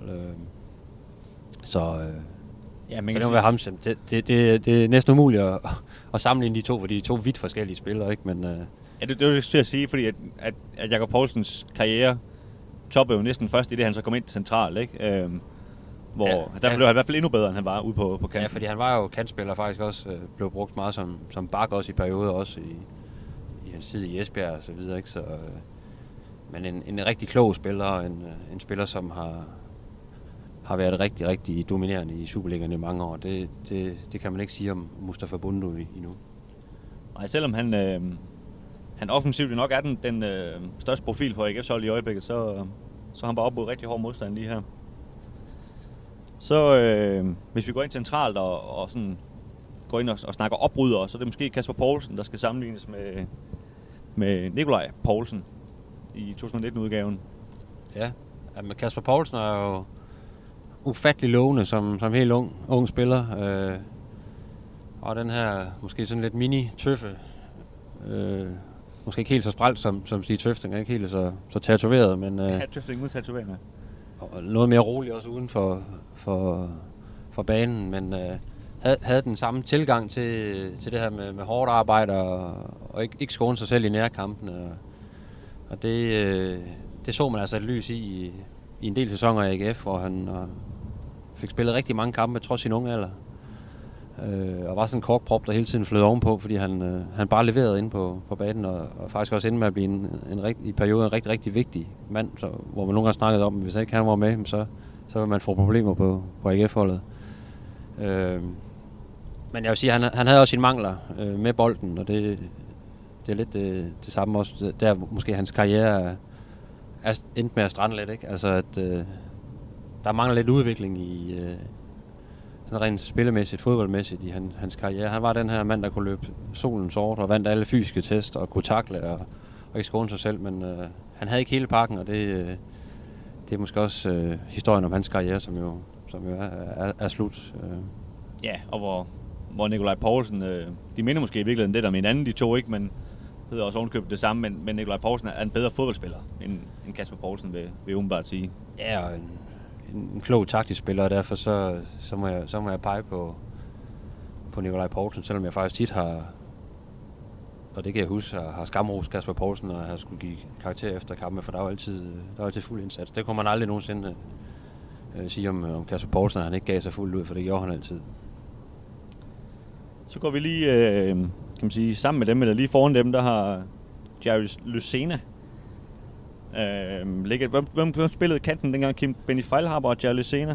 Så det må være ham. Det er næsten umuligt at sammenligne de to, for de er to vidt forskellige spillere, ikke? Men ja, det vil jeg sige, fordi at Jakob Poulsens karriere toppede jo næsten først i det, han så kom ind centralt, ikke? Derfor blev han i hvert fald endnu bedre, end han var ude på kanten. Ja, fordi han var jo kantspiller faktisk også, blev brugt meget som bak også i perioder, også i hans tid i Esbjerg og så videre, ikke? Så, men en rigtig klog spiller, en spiller, som har været rigtig, rigtig dominerende i Superligaen i mange år. Det kan man ikke sige om Mustafa Bundo endnu. Nej, selvom han offensivt nok er den største profil for AGF's hold i øjeblikket, så har han bare opbudt rigtig hård modstand lige her. Så hvis vi går ind centralt og sådan går ind og snakker opbrydere, så er det måske Kasper Poulsen, der skal sammenlignes med Nikolaj Poulsen i 2019-udgaven. Ja, men Kasper Poulsen ufattelig lovende som helt ung spiller. Og den her måske sådan lidt mini-tøffe. Måske ikke helt så sprældt som Stig Tøfting, ikke helt så tatoveret, men Tøfting uden tatoveringer. Og noget mere roligt også uden for banen, men havde den samme tilgang til det her med hårdt arbejde og ikke skåne sig selv i nærkampene. Og det så man altså et lys i en del sæsoner i AGF, hvor han fik spillet rigtig mange kampe trods sin unge alder. Og var sådan en korkprop, der hele tiden flød ovenpå, fordi han bare leverede ind på banen, og faktisk også endte med at blive i perioden en rigtig, rigtig vigtig mand, hvor man nogle gange snakkede om, at hvis ikke han var med, så vil man få problemer på AGF-holdet. Men jeg vil sige, han havde også sine mangler med bolden, og det er lidt det samme også, der måske hans karriere er endt med at strande lidt, ikke? Altså, at der mangler lidt udvikling i sådan rent spillemæssigt, fodboldmæssigt i hans karriere. Han var den her mand, der kunne løbe solens sort og vandt alle fysiske test og kunne takle og ikke skåne sig selv, men han havde ikke hele pakken, og det er måske også historien om hans karriere, som jo er slut. Ja, og hvor Nikolaj Poulsen, de minder måske i virkeligheden det der med en anden, de to ikke, men hedder også ovenkøbet det samme, men Nikolaj Poulsen er en bedre fodboldspiller, end Kasper Poulsen vil umiddelbart sige. Ja, og en klog taktisk spiller, og derfor så må jeg pege på Nikolaj Poulsen, selvom jeg faktisk tit har, og det kan jeg huske, har skamrost Kasper Poulsen, og har skulle give karakter efter kampe, for der var altid fuld indsats. Det kunne man aldrig nogensinde sige om Kasper Poulsen, at han ikke gav sig fuldt ud, for det gjorde han altid. Så går vi lige, kan man sige, sammen med dem, eller lige foran dem, der har Jerry Lucena. Hvem spillede kanten dengang? Benny Feilhaber og Jerry Lucena?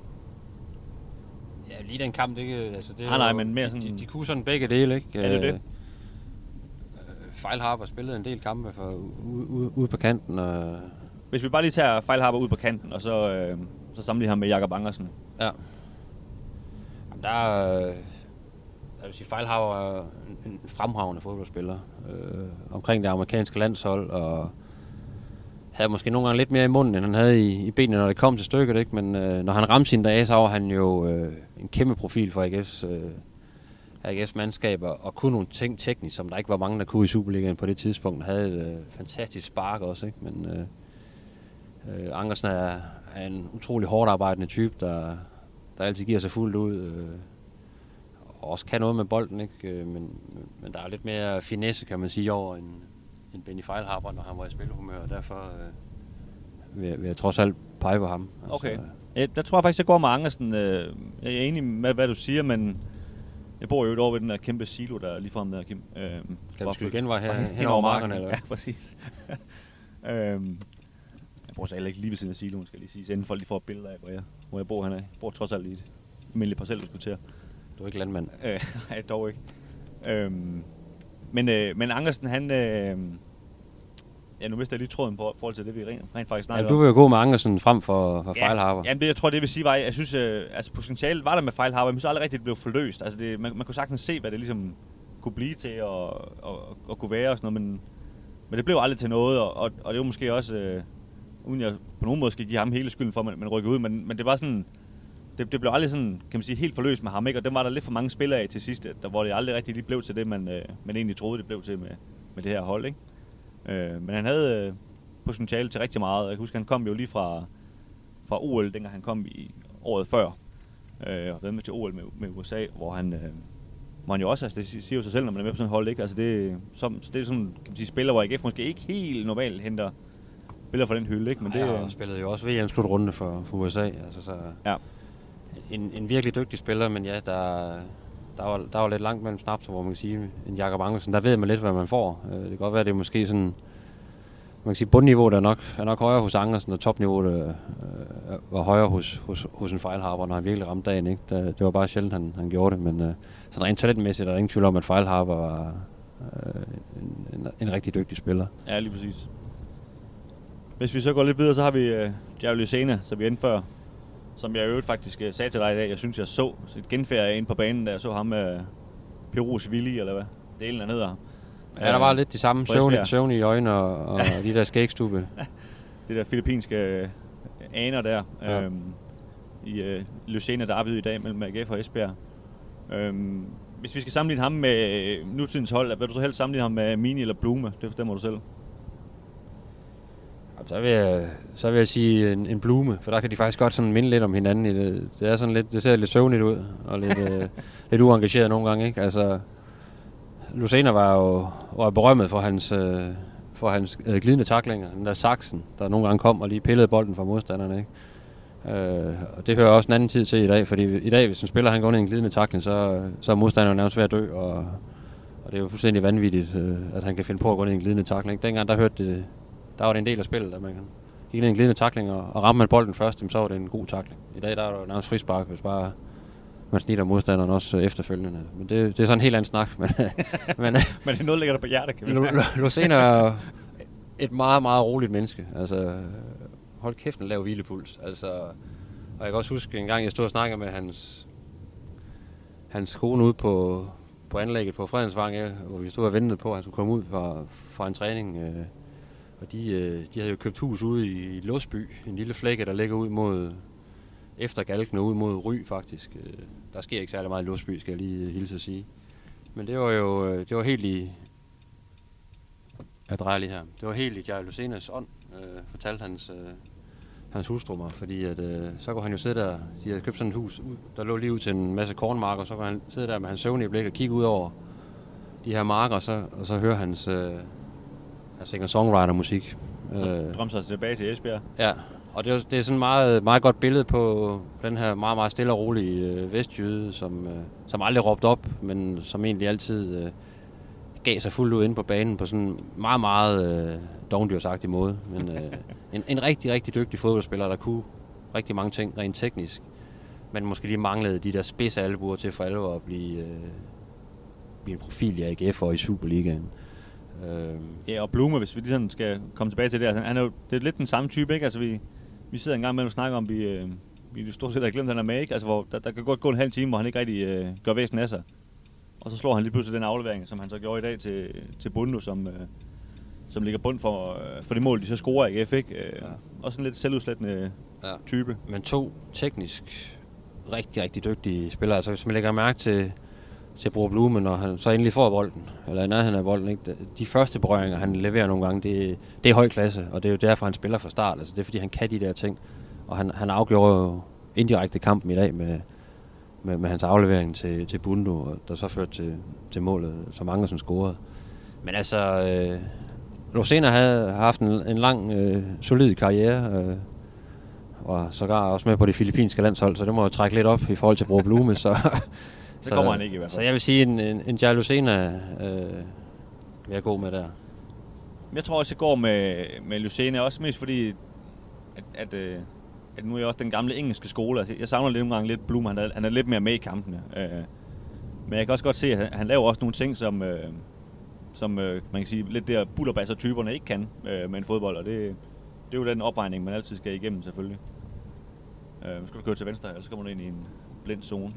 Ja, lige den kamp, det altså det nej, men mere sådan... De kunne sådan begge dele, ikke? Ja, det er det. Feilhaber spillede en del kampe ude på kanten. Og hvis vi bare lige tager Feilhaber ud på kanten, og så sammenligner ham med Jakob Andersen. Ja. Jamen, jeg vil sige, Feilhaber er en fremragende fodboldspiller omkring det amerikanske landshold, og havde måske nogle gange lidt mere i munden, end han havde i benene, når det kom til stykket, ikke? Men når han ramte sine dage, så var han jo en kæmpe profil for AGF's mandskaber, og kunne nogle ting teknisk, som der ikke var mange, der kunne i Superligaen på det tidspunkt. Han havde et fantastisk spark også, ikke? Men Andersen er en utrolig hårdt arbejdende type, der altid giver sig fuldt ud, og også kan noget med bolden, ikke? Men der er lidt mere finesse, kan man sige, over en Benny Feilhaber, når han var i spillehumør, og derfor vil jeg trods alt pege på ham. Okay. Der tror jeg faktisk, jeg går med Andersen. Jeg er enig med, hvad du siger, men jeg bor jo over ved den der kæmpe silo, der er lige frem der, Kim. Kan du skyde genvej hen over markerne, eller hvad? Ja, præcis. Jeg bor så heller ikke lige ved siden af siloen, skal jeg lige sige, inden folk lige får et billede af, hvor jeg bor henne. Jeg bor trods alt i et almindeligt parcelhuskvarter. Du er ikke landmand? Nej, dog ikke. Men Andersen, han... nu mister jeg lige tråden på forhold til det, vi rent faktisk snakker om. Du vil jo gå med Andersen frem for Feilhaber. Jamen, jeg tror, det vil sige, var, jeg synes, altså potentialet var der med Feilhaber, men så aldrig rigtigt blev forløst. Altså, man kunne sagtens se, hvad det ligesom kunne blive til og kunne være og sådan noget, men det blev aldrig til noget, og det var måske også, uden jeg på nogen måde skal give ham hele skylden for, at man rykkede ud, men det var sådan... Det blev aldrig sådan, kan man sige, helt forløst med ham, ikke? Og dem var der lidt for mange spillere af til sidst, hvor det aldrig rigtig lige blev til det, man egentlig troede, det blev til med det her hold, ikke? Men han havde potentiale til rigtig meget. Jeg kan huske, han kom jo lige fra OL, dengang han kom i året før, og været med til OL med USA, hvor han jo også, altså det siger jo sig selv, når man er med på sådan et hold, ikke? Altså det er sådan, kan man sige, spiller, hvor AGF måske ikke helt normalt henter spillere fra den hylde, ikke? Men det spillede jo også VM-slutrunde for USA, altså så... Ja. En virkelig dygtig spiller, men ja, der var lidt langt mellem snapser, hvor man kan sige, en Jakob Andersen, der ved man lidt, hvad man får. Det kan godt være, det er måske sådan, man kan sige, bundniveauet er nok højere hos Andersen, og topniveauet var højere hos en Feilhaber, når han virkelig ramte dagen, ikke? Det var bare sjældent, han gjorde det, men sådan rent talentmæssigt er der ingen tvivl om, at Feilhaber var en rigtig dygtig spiller. Ja, lige præcis. Hvis vi så går lidt videre, så har vi Jerry Lucena, som vi endte før. Som jeg jo faktisk sagde til dig i dag, jeg synes, jeg så et genfærd ind på banen, da jeg så ham med Pirous Willi, eller hvad delen han hedder. Ja, der var lidt de samme søvn i øjnene og de der skægstube. Det der filippinske aner der. Ja. i Lucena derbyet i dag mellem AGF og Esbjerg. Hvis vi skal sammenligne ham med nutidens hold, vil du så helst sammenligne ham med Mini eller Blume? Det bestemmer du selv. Så vil jeg sige en Blume, for der kan de faktisk godt sådan minde lidt om hinanden. Det er sådan lidt, det ser lidt søvnigt ud, og lidt uengageret nogle gange, ikke? Altså, Lucena var berømmet for hans glidende tacklinger. Den der saksen, der nogle gange kom og lige pillede bolden fra modstanderne, ikke? Og det hører også en anden tid til i dag, fordi i dag, hvis en spiller han går ind i en glidende tackling, så er modstanderen nærmest ved at dø, og det er jo fuldstændig vanvittigt, at han kan finde på at gå ind i en glidende tackling. Dengang der var det en del af spillet, at man kan gik ind i en glidende tackling, og rammer man bolden først, så var det en god tackling. I dag der er der nærmest frispark, hvis bare man snitter modstanderen også efterfølgende. Men det er sådan en helt anden snak. Men men det er noget, ligger der på hjertet, kan vi Lucena er et meget, meget roligt menneske. Altså, hold kæft, en lav hvilepuls. Altså, og jeg kan også huske en gang, jeg stod og snakkede med hans kone ude på anlægget på Fredensvang, hvor vi stod og ventede på, at han skulle komme ud fra en træning. Og de havde jo købt hus ude i Låsby, en lille flække, der ligger ud mod efter Galken og ud mod Ry faktisk. Der sker ikke særlig meget i Låsby, skal jeg lige hilse at sige. Men det var helt i... Jeg drejer lige her. Det var helt i Jair Lucenas ånd, fortalte hans hustru mig, fordi at, så kunne han jo sidde der, de havde købt sådan et hus, der lå lige ud til en masse kornmarker, så kunne han sidde der med hans søvnige blik og kigge ud over de her marker, og så høre hans singer-songwriter-musik. Drømte sig tilbage til Esbjerg. Ja, og det er sådan meget, meget godt billede på den her meget, meget stille og rolige vestjyde, som aldrig råbte op, men som egentlig altid gav sig fuldt ud inde på banen på sådan en meget, meget dovendyrsagtig måde. Men en rigtig, rigtig dygtig fodboldspiller, der kunne rigtig mange ting rent teknisk, men måske lige manglede de der spidse albuer til for alvor at blive en profil i AGF og i Superligaen. Ja, og Blume, hvis vi lige skal komme tilbage til det, altså, det er lidt den samme type, ikke? Altså, vi sidder en gang mellem og snakker om, vi stort set har glemt, at han er med, ikke? Altså, hvor der kan godt gå en halv time, hvor han ikke rigtig gør væsen af sig. Og så slår han lige pludselig den aflevering, som han så gjorde i dag til Bundo, som ligger bund for det mål, de så scorer i AGF, ikke? Ja. Også en lidt selvudslættende type. Men to teknisk rigtig, rigtig dygtige spillere. Altså, hvis man lægger mærke til Bror Blume, når han så endelig får bolden, eller i nærheden af bolden, ikke? De første berøringer, han leverer nogle gange, det er høj klasse, og det er jo derfor, han spiller fra start. Altså, det er fordi, han kan de der ting, og han afgjorde jo indirekte kampen i dag med hans aflevering til Bundo, og der så førte til målet, som Andersen scorede. Men altså, Lucena havde haft en lang, solid karriere, og sågar også med på det filippinske landshold, så det må jo trække lidt op i forhold til Bror Blume, så... Det kommer han ikke i hvert fald. Så jeg vil sige, en Jair Lucena vil jeg gå med der. Jeg tror også, jeg går med Lucena, også mest fordi, at nu er jeg også den gamle engelske skole. Altså, jeg savner lidt nogle gange lidt Blume, han er lidt mere med i kampene. Men jeg kan også godt se, at han laver også nogle ting, som man kan sige, lidt der bullerbasser-typerne ikke kan med en fodbold, og det er jo den opvejning, man altid skal igennem selvfølgelig. Nu skal du køre til venstre, ellers kommer du ind i en blind zone.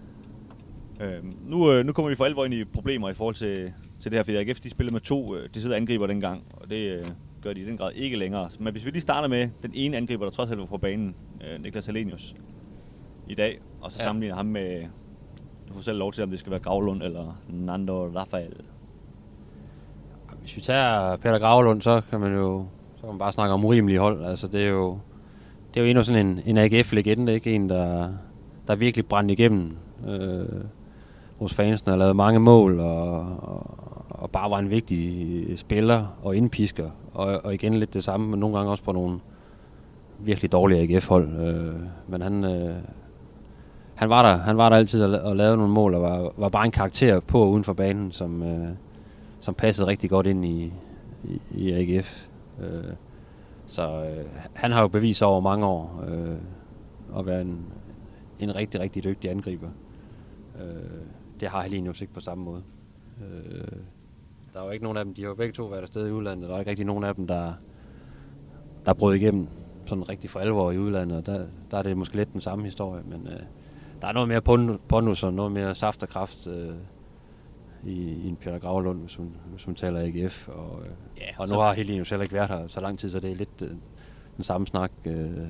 Nu kommer vi for alvor ind i problemer i forhold til det her, fordi AGF de spillede med 2 deciderede angriber dengang, og det gør de i den grad ikke længere. Men hvis vi lige starter med den ene angriber, der trods alt var på banen, Niklas Hellenius, i dag, og så sammenligner ham med, du får selv lov til, om det skal være Gravlund eller Nando Rafael. Hvis vi tager Peter Gravlund, så kan man bare snakke om urimelige hold. Altså, det er jo endnu sådan en AGF-legende, ikke? En, der virkelig brændte igennem hos fansen, har lavet mange mål og bare var en vigtig spiller og indpisker, og igen lidt det samme, men nogle gange også på nogle virkelig dårlige AGF-hold. Men han var der altid og lavede nogle mål, og var bare en karakter på og uden for banen, som passede rigtig godt ind i AGF. Så han har jo bevist over mange år at være en rigtig, rigtig dygtig angriber. Det har Hellenius ikke på samme måde. Der er jo ikke nogen af dem, de har jo begge to været afsted i udlandet, der er ikke rigtig nogen af dem, der brød igennem sådan rigtig for alvor i udlandet, og der er det måske lidt den samme historie, men der er noget mere pondus og noget mere saft og kraft i en Peter Gravlund, hvis hun taler AGF, og nu har Hellenius heller ikke været her så lang tid, så det er lidt den samme snak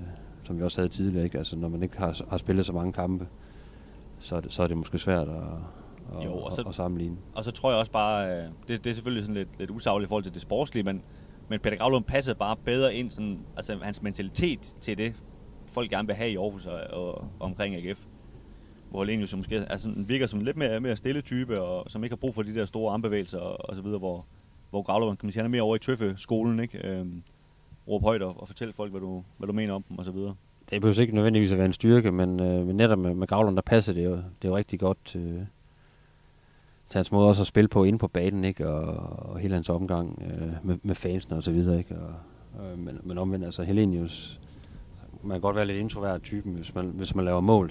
som vi også havde tidligere, ikke? Altså, når man ikke har spillet så mange kampe, så er det måske svært at sammenligne. Og så tror jeg også bare, det er selvfølgelig sådan lidt usagligt i forhold til det sportslige, men Peter Gravlund passede bare bedre ind, sådan, altså hans mentalitet til det, folk gerne vil have i Aarhus og omkring AGF. Hvor Hellenius måske virker som en lidt mere stille type, og som ikke har brug for de der store armbevægelser og så videre, hvor Gravlund, kan man sige, han er mere over i Tøffe-skolen, ikke? Råb højt og fortæl folk, hvad du mener om dem og så videre. Det behøver ikke nødvendigvis at være en styrke, men netop med Gravlund, der passer det er jo rigtig godt til hans måde også at spille på inde på banen, ikke? Og hele hans omgang med fansene og så videre, ikke? Men omvendt, altså Hellenius, man kan godt være lidt introvert typen, hvis man laver mål,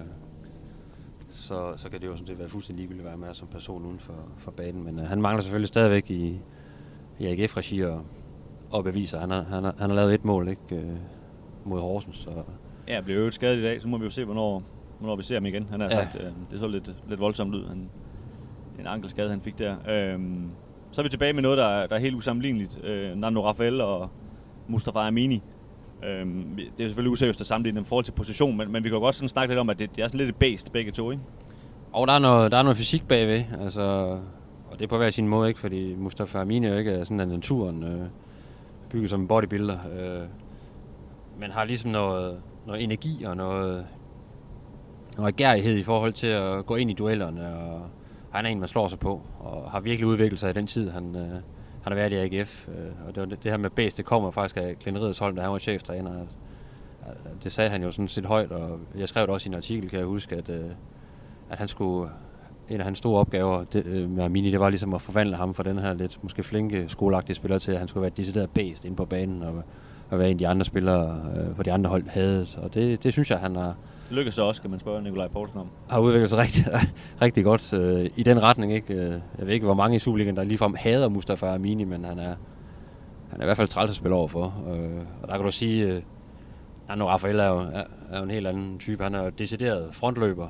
så kan det jo sådan set være fuldstændig ligegyldigt at være med som person uden for banen. Men han mangler selvfølgelig stadigvæk i AGF-regi og beviser. Han har lavet et mål, ikke, mod Horsens. Så. Ja, bliver jo skadet i dag, så må vi jo se, hvornår vi ser ham igen. Han har sagt, det så lidt voldsomt ud. En ankelskade, han fik der. Så er vi tilbage med noget, der er helt usammenligneligt. Nando Rafael og Mustafa Amini. Det er selvfølgelig useriøst at sammenligne dem i forhold til position, men vi kan jo godt sådan snakke lidt om, at det er sådan lidt et based begge to, ikke? Og der er noget fysik bagved, altså, og det er på hver sin måde, ikke? Fordi Mustafa Amini jo ikke er sådan af naturen bygget som en bodybuilder, men har ligesom noget energi og noget gærighed i forhold til at gå ind i duellerne, og han er en, man slår sig på, og har virkelig udviklet sig i den tid, han har været i AGF, og det her med bæst, det kommer faktisk af Glenn Riddersholm, da han var cheftræner. Det sagde han jo sådan set højt, og jeg skrev det også i en artikel, kan jeg huske, at han skulle, en af hans store opgaver med Amini, det var ligesom at forvandle ham fra den her lidt måske flinke, skoleagtige spiller til, at han skulle være et decideret bæst inde på banen, og være en af de andre spillere, hvor de andre hold havde. Og det synes jeg, han har... Det lykkedes også, skal man spørge Nikolaj Poulsen om. Har udviklet sig rigtig, rigtig godt i den retning, ikke? Jeg ved ikke, hvor mange i Superligaen, der ligefrem hader Mustafa Amini, men han er i hvert fald træls at spille overfor. Og der kan du sige, Nando Rafael er jo en helt anden type. Han er jo decideret frontløber,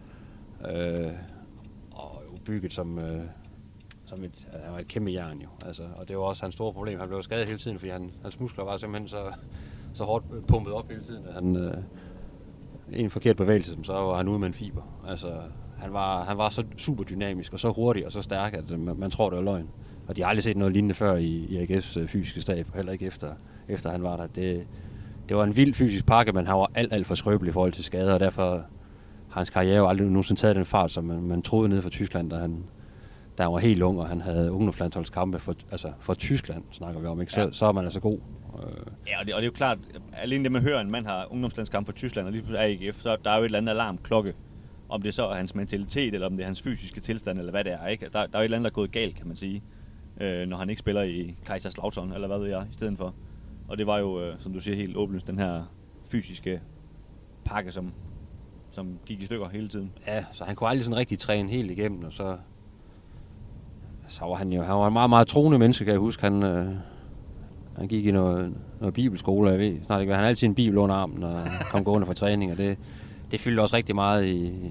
og jo bygget som et kæmpe jern jo. Altså, og det var også hans store problem. Han blev skadet hele tiden, fordi hans muskler var simpelthen så hårdt pumpet op hele tiden, at han... en forkert bevægelse, så var han ude med en fiber. Altså, han var så super dynamisk og så hurtig og så stærk, at man tror, det er løgn. Og de har aldrig set noget lignende før i AGF's fysiske stab, heller ikke efter han var der. Det var en vild fysisk pakke, men han var alt for skrøbelig i forhold til skader, og derfor har hans karriere jo aldrig nogensinde taget den fart, som man troede nede fra Tyskland, da han var helt ung, og han havde ungdomslandsholdskampe for Tyskland, snakker vi om, ikke? Så er man altså god. Ja, og det er jo klart, alene det med at høre, at en mand har ungdomslandskamp for Tyskland og lige pludselig AGF, så der er jo et eller andet alarmklokke, om det så er hans mentalitet, eller om det er hans fysiske tilstand, eller hvad det er, ikke? Der er jo et eller andet, der er gået galt, kan man sige, når han ikke spiller i Kaiserslautern, eller hvad ved jeg, i stedet for. Og det var jo, som du siger, helt åbenlyst, den her fysiske pakke, som gik i stykker hele tiden. Ja, så han kunne aldrig sådan rigtig træne helt igennem, og så var han var en meget, meget troende menneske, kan jeg huske. Han gik i noget bibelskole, jeg ved snart ikke, han havde altid en bibel under armen, og kom gående fra træning, og det fyldte også rigtig meget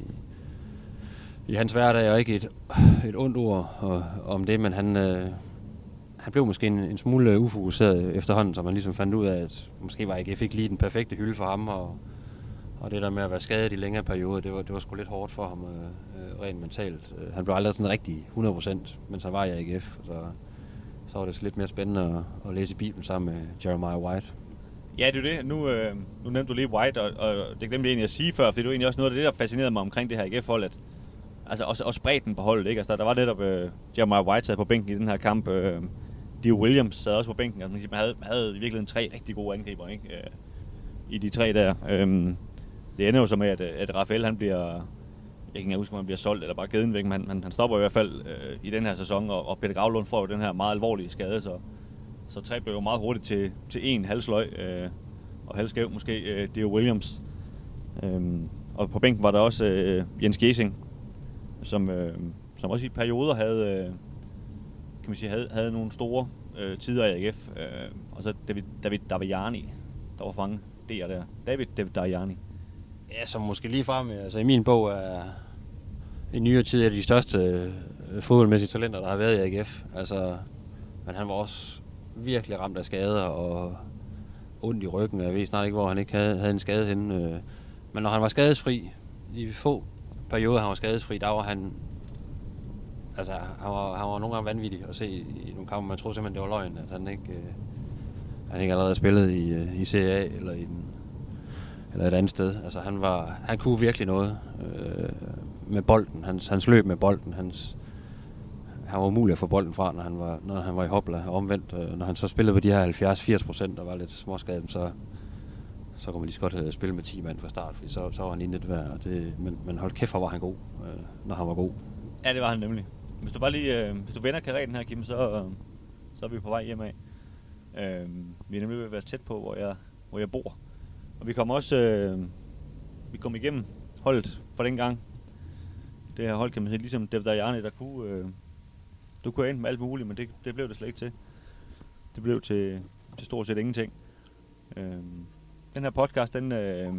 i hans hverdag, og ikke et ondt ord om det, men han blev måske en smule ufokuseret efterhånden, så man ligesom fandt ud af, at måske var AGF ikke lige den perfekte hylde for ham, og det der med at være skadet i længere perioder, det var sgu lidt hårdt for ham rent mentalt. Han blev aldrig sådan rigtig 100%, mens han var i AGF, så var det lidt mere spændende at læse Bibelen sammen med Jeremiah White. Ja, det er det. Nu nævnte du lige White, og det glemte jeg egentlig at sige før, fordi det var egentlig også noget af det, der fascinerede mig omkring det her AGF-hold, at altså også bredden på holdet, ikke? Altså der var netop Jeremiah White sad på bænken i den her kamp, Dio Williams sad også på bænken, altså man havde i virkeligheden 3 rigtig gode angriber, ikke? I de 3 der. Det ender jo så med, at Rafael, han bliver... Jeg kan ikke huske, om han bliver solgt eller bare givet væk, men han stopper i hvert fald i den her sæson, og Peter Gravlund får jo den her meget alvorlige skade, så 3 blev jo meget hurtigt til 1 halvsløj, og halvskæv måske, Dio Williams. Og på bænken var der også Jens Gjesing, som også i perioder havde, kan man sige, havde nogle store tider i AGF, og så David Darjani, der var mange D'er der. David Darjani. Ja, som måske lige frem, altså i min bog er i nyere tid af de største fodboldmæssige talenter, der har været i AGF. Altså, men han var også virkelig ramt af skader, ondt i ryggen. Jeg ved snart ikke, hvor han ikke havde en skade henne. Men når han var skadesfri, i få perioder han var skadesfri, der var han... Altså, han var nogle gange vanvittig at se i nogle kampe. Man troede simpelthen, det var løgn, at han ikke allerede spillede i Serie A eller eller et andet sted. Altså, han kunne virkelig noget med bolden. Hans løb med bolden, han var umulig at få bolden fra, når han var i hopla. Omvendt, når han så spillede på de her 70-80%, der var lidt småskadet, så kunne man lige så godt spille med 10 mand fra start, fordi så var han intet værd. Men hold kæft, hvor var han god, når han var god. Ja, det var han nemlig. Hvis du bare lige, hvis du vender kareten her, Kim, så er vi på vej hjemad. Vi er nemlig ved at være tæt på, hvor jeg bor. Og vi kommer også vi kom igennem holdet for den gang. Det her hold, kan man sige, ligesom det der Jarne, der du kunne ind med alt muligt, men det blev det slet ikke til. Det blev til stort set ingenting. Den her podcast, den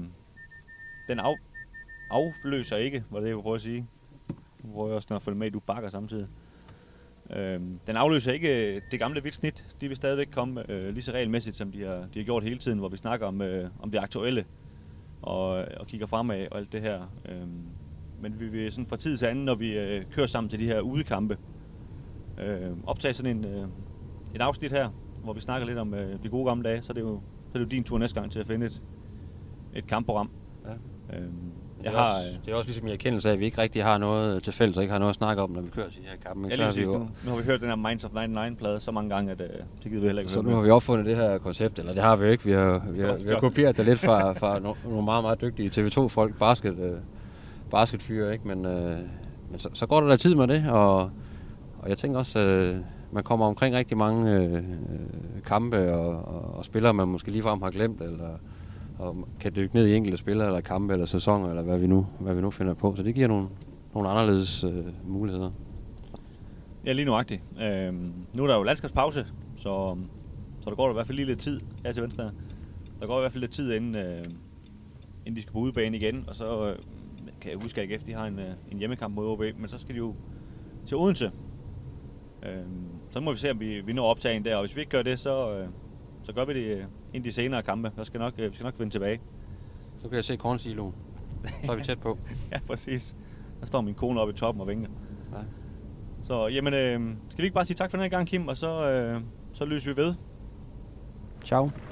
afløser ikke, var det jeg prøver at sige. Nu prøver jeg også at følge med, du bakker samtidig. Den afløser ikke det gamle vildsnit. De vil stadigvæk komme lige så regelmæssigt, som de har gjort hele tiden, hvor vi snakker om det aktuelle og kigger fremad og alt det her. Men vi vil sådan fra tid til anden, når vi kører sammen til de her udekampe, optage sådan en afsnit her, hvor vi snakker lidt om de gode gamle dage. Så er det jo din tur næste gang til at finde et kampprogram. Ja. Det er også ligesom i erkendelse af, at vi ikke rigtig har noget til fælles, og ikke har noget at snakke om, når vi kører til de her kampe. Ja, nu har vi hørt den her Minds of 99-plade så mange gange, at det gider vi heller ikke. Så nu har vi opfundet det her koncept, eller det har vi jo ikke. Vi har kopieret det lidt fra nogle meget, meget dygtige TV2-folk, basketfyre, ikke? Men så går der da tid med det, og jeg tænker også, man kommer omkring rigtig mange kampe og spillere, man måske ligefrem har glemt, eller og kan dykke ned i enkelte spillere, eller kampe, eller sæsoner, eller hvad vi nu finder på. Så det giver nogle anderledes muligheder. Ja, lige nuagtigt. Nu er der jo landskabspause, så der går der i hvert fald lige lidt tid her til venstre. Der går i hvert fald lidt tid, inden de skal på udebane igen, og så kan jeg huske, at AGF de har en hjemmekamp mod OB, men så skal de jo til Odense. Så må vi se, om vi når optage en der, og hvis vi ikke gør det, så gør vi det ind de senere kampe. Vi skal nok vende tilbage. Så kan jeg se kornsiloen. Så er vi tæt på. Ja, præcis. Der står min kone oppe i toppen og vinker. Ja. Så jamen, skal vi ikke bare sige tak for den her gang, Kim, og så løser vi ved. Ciao.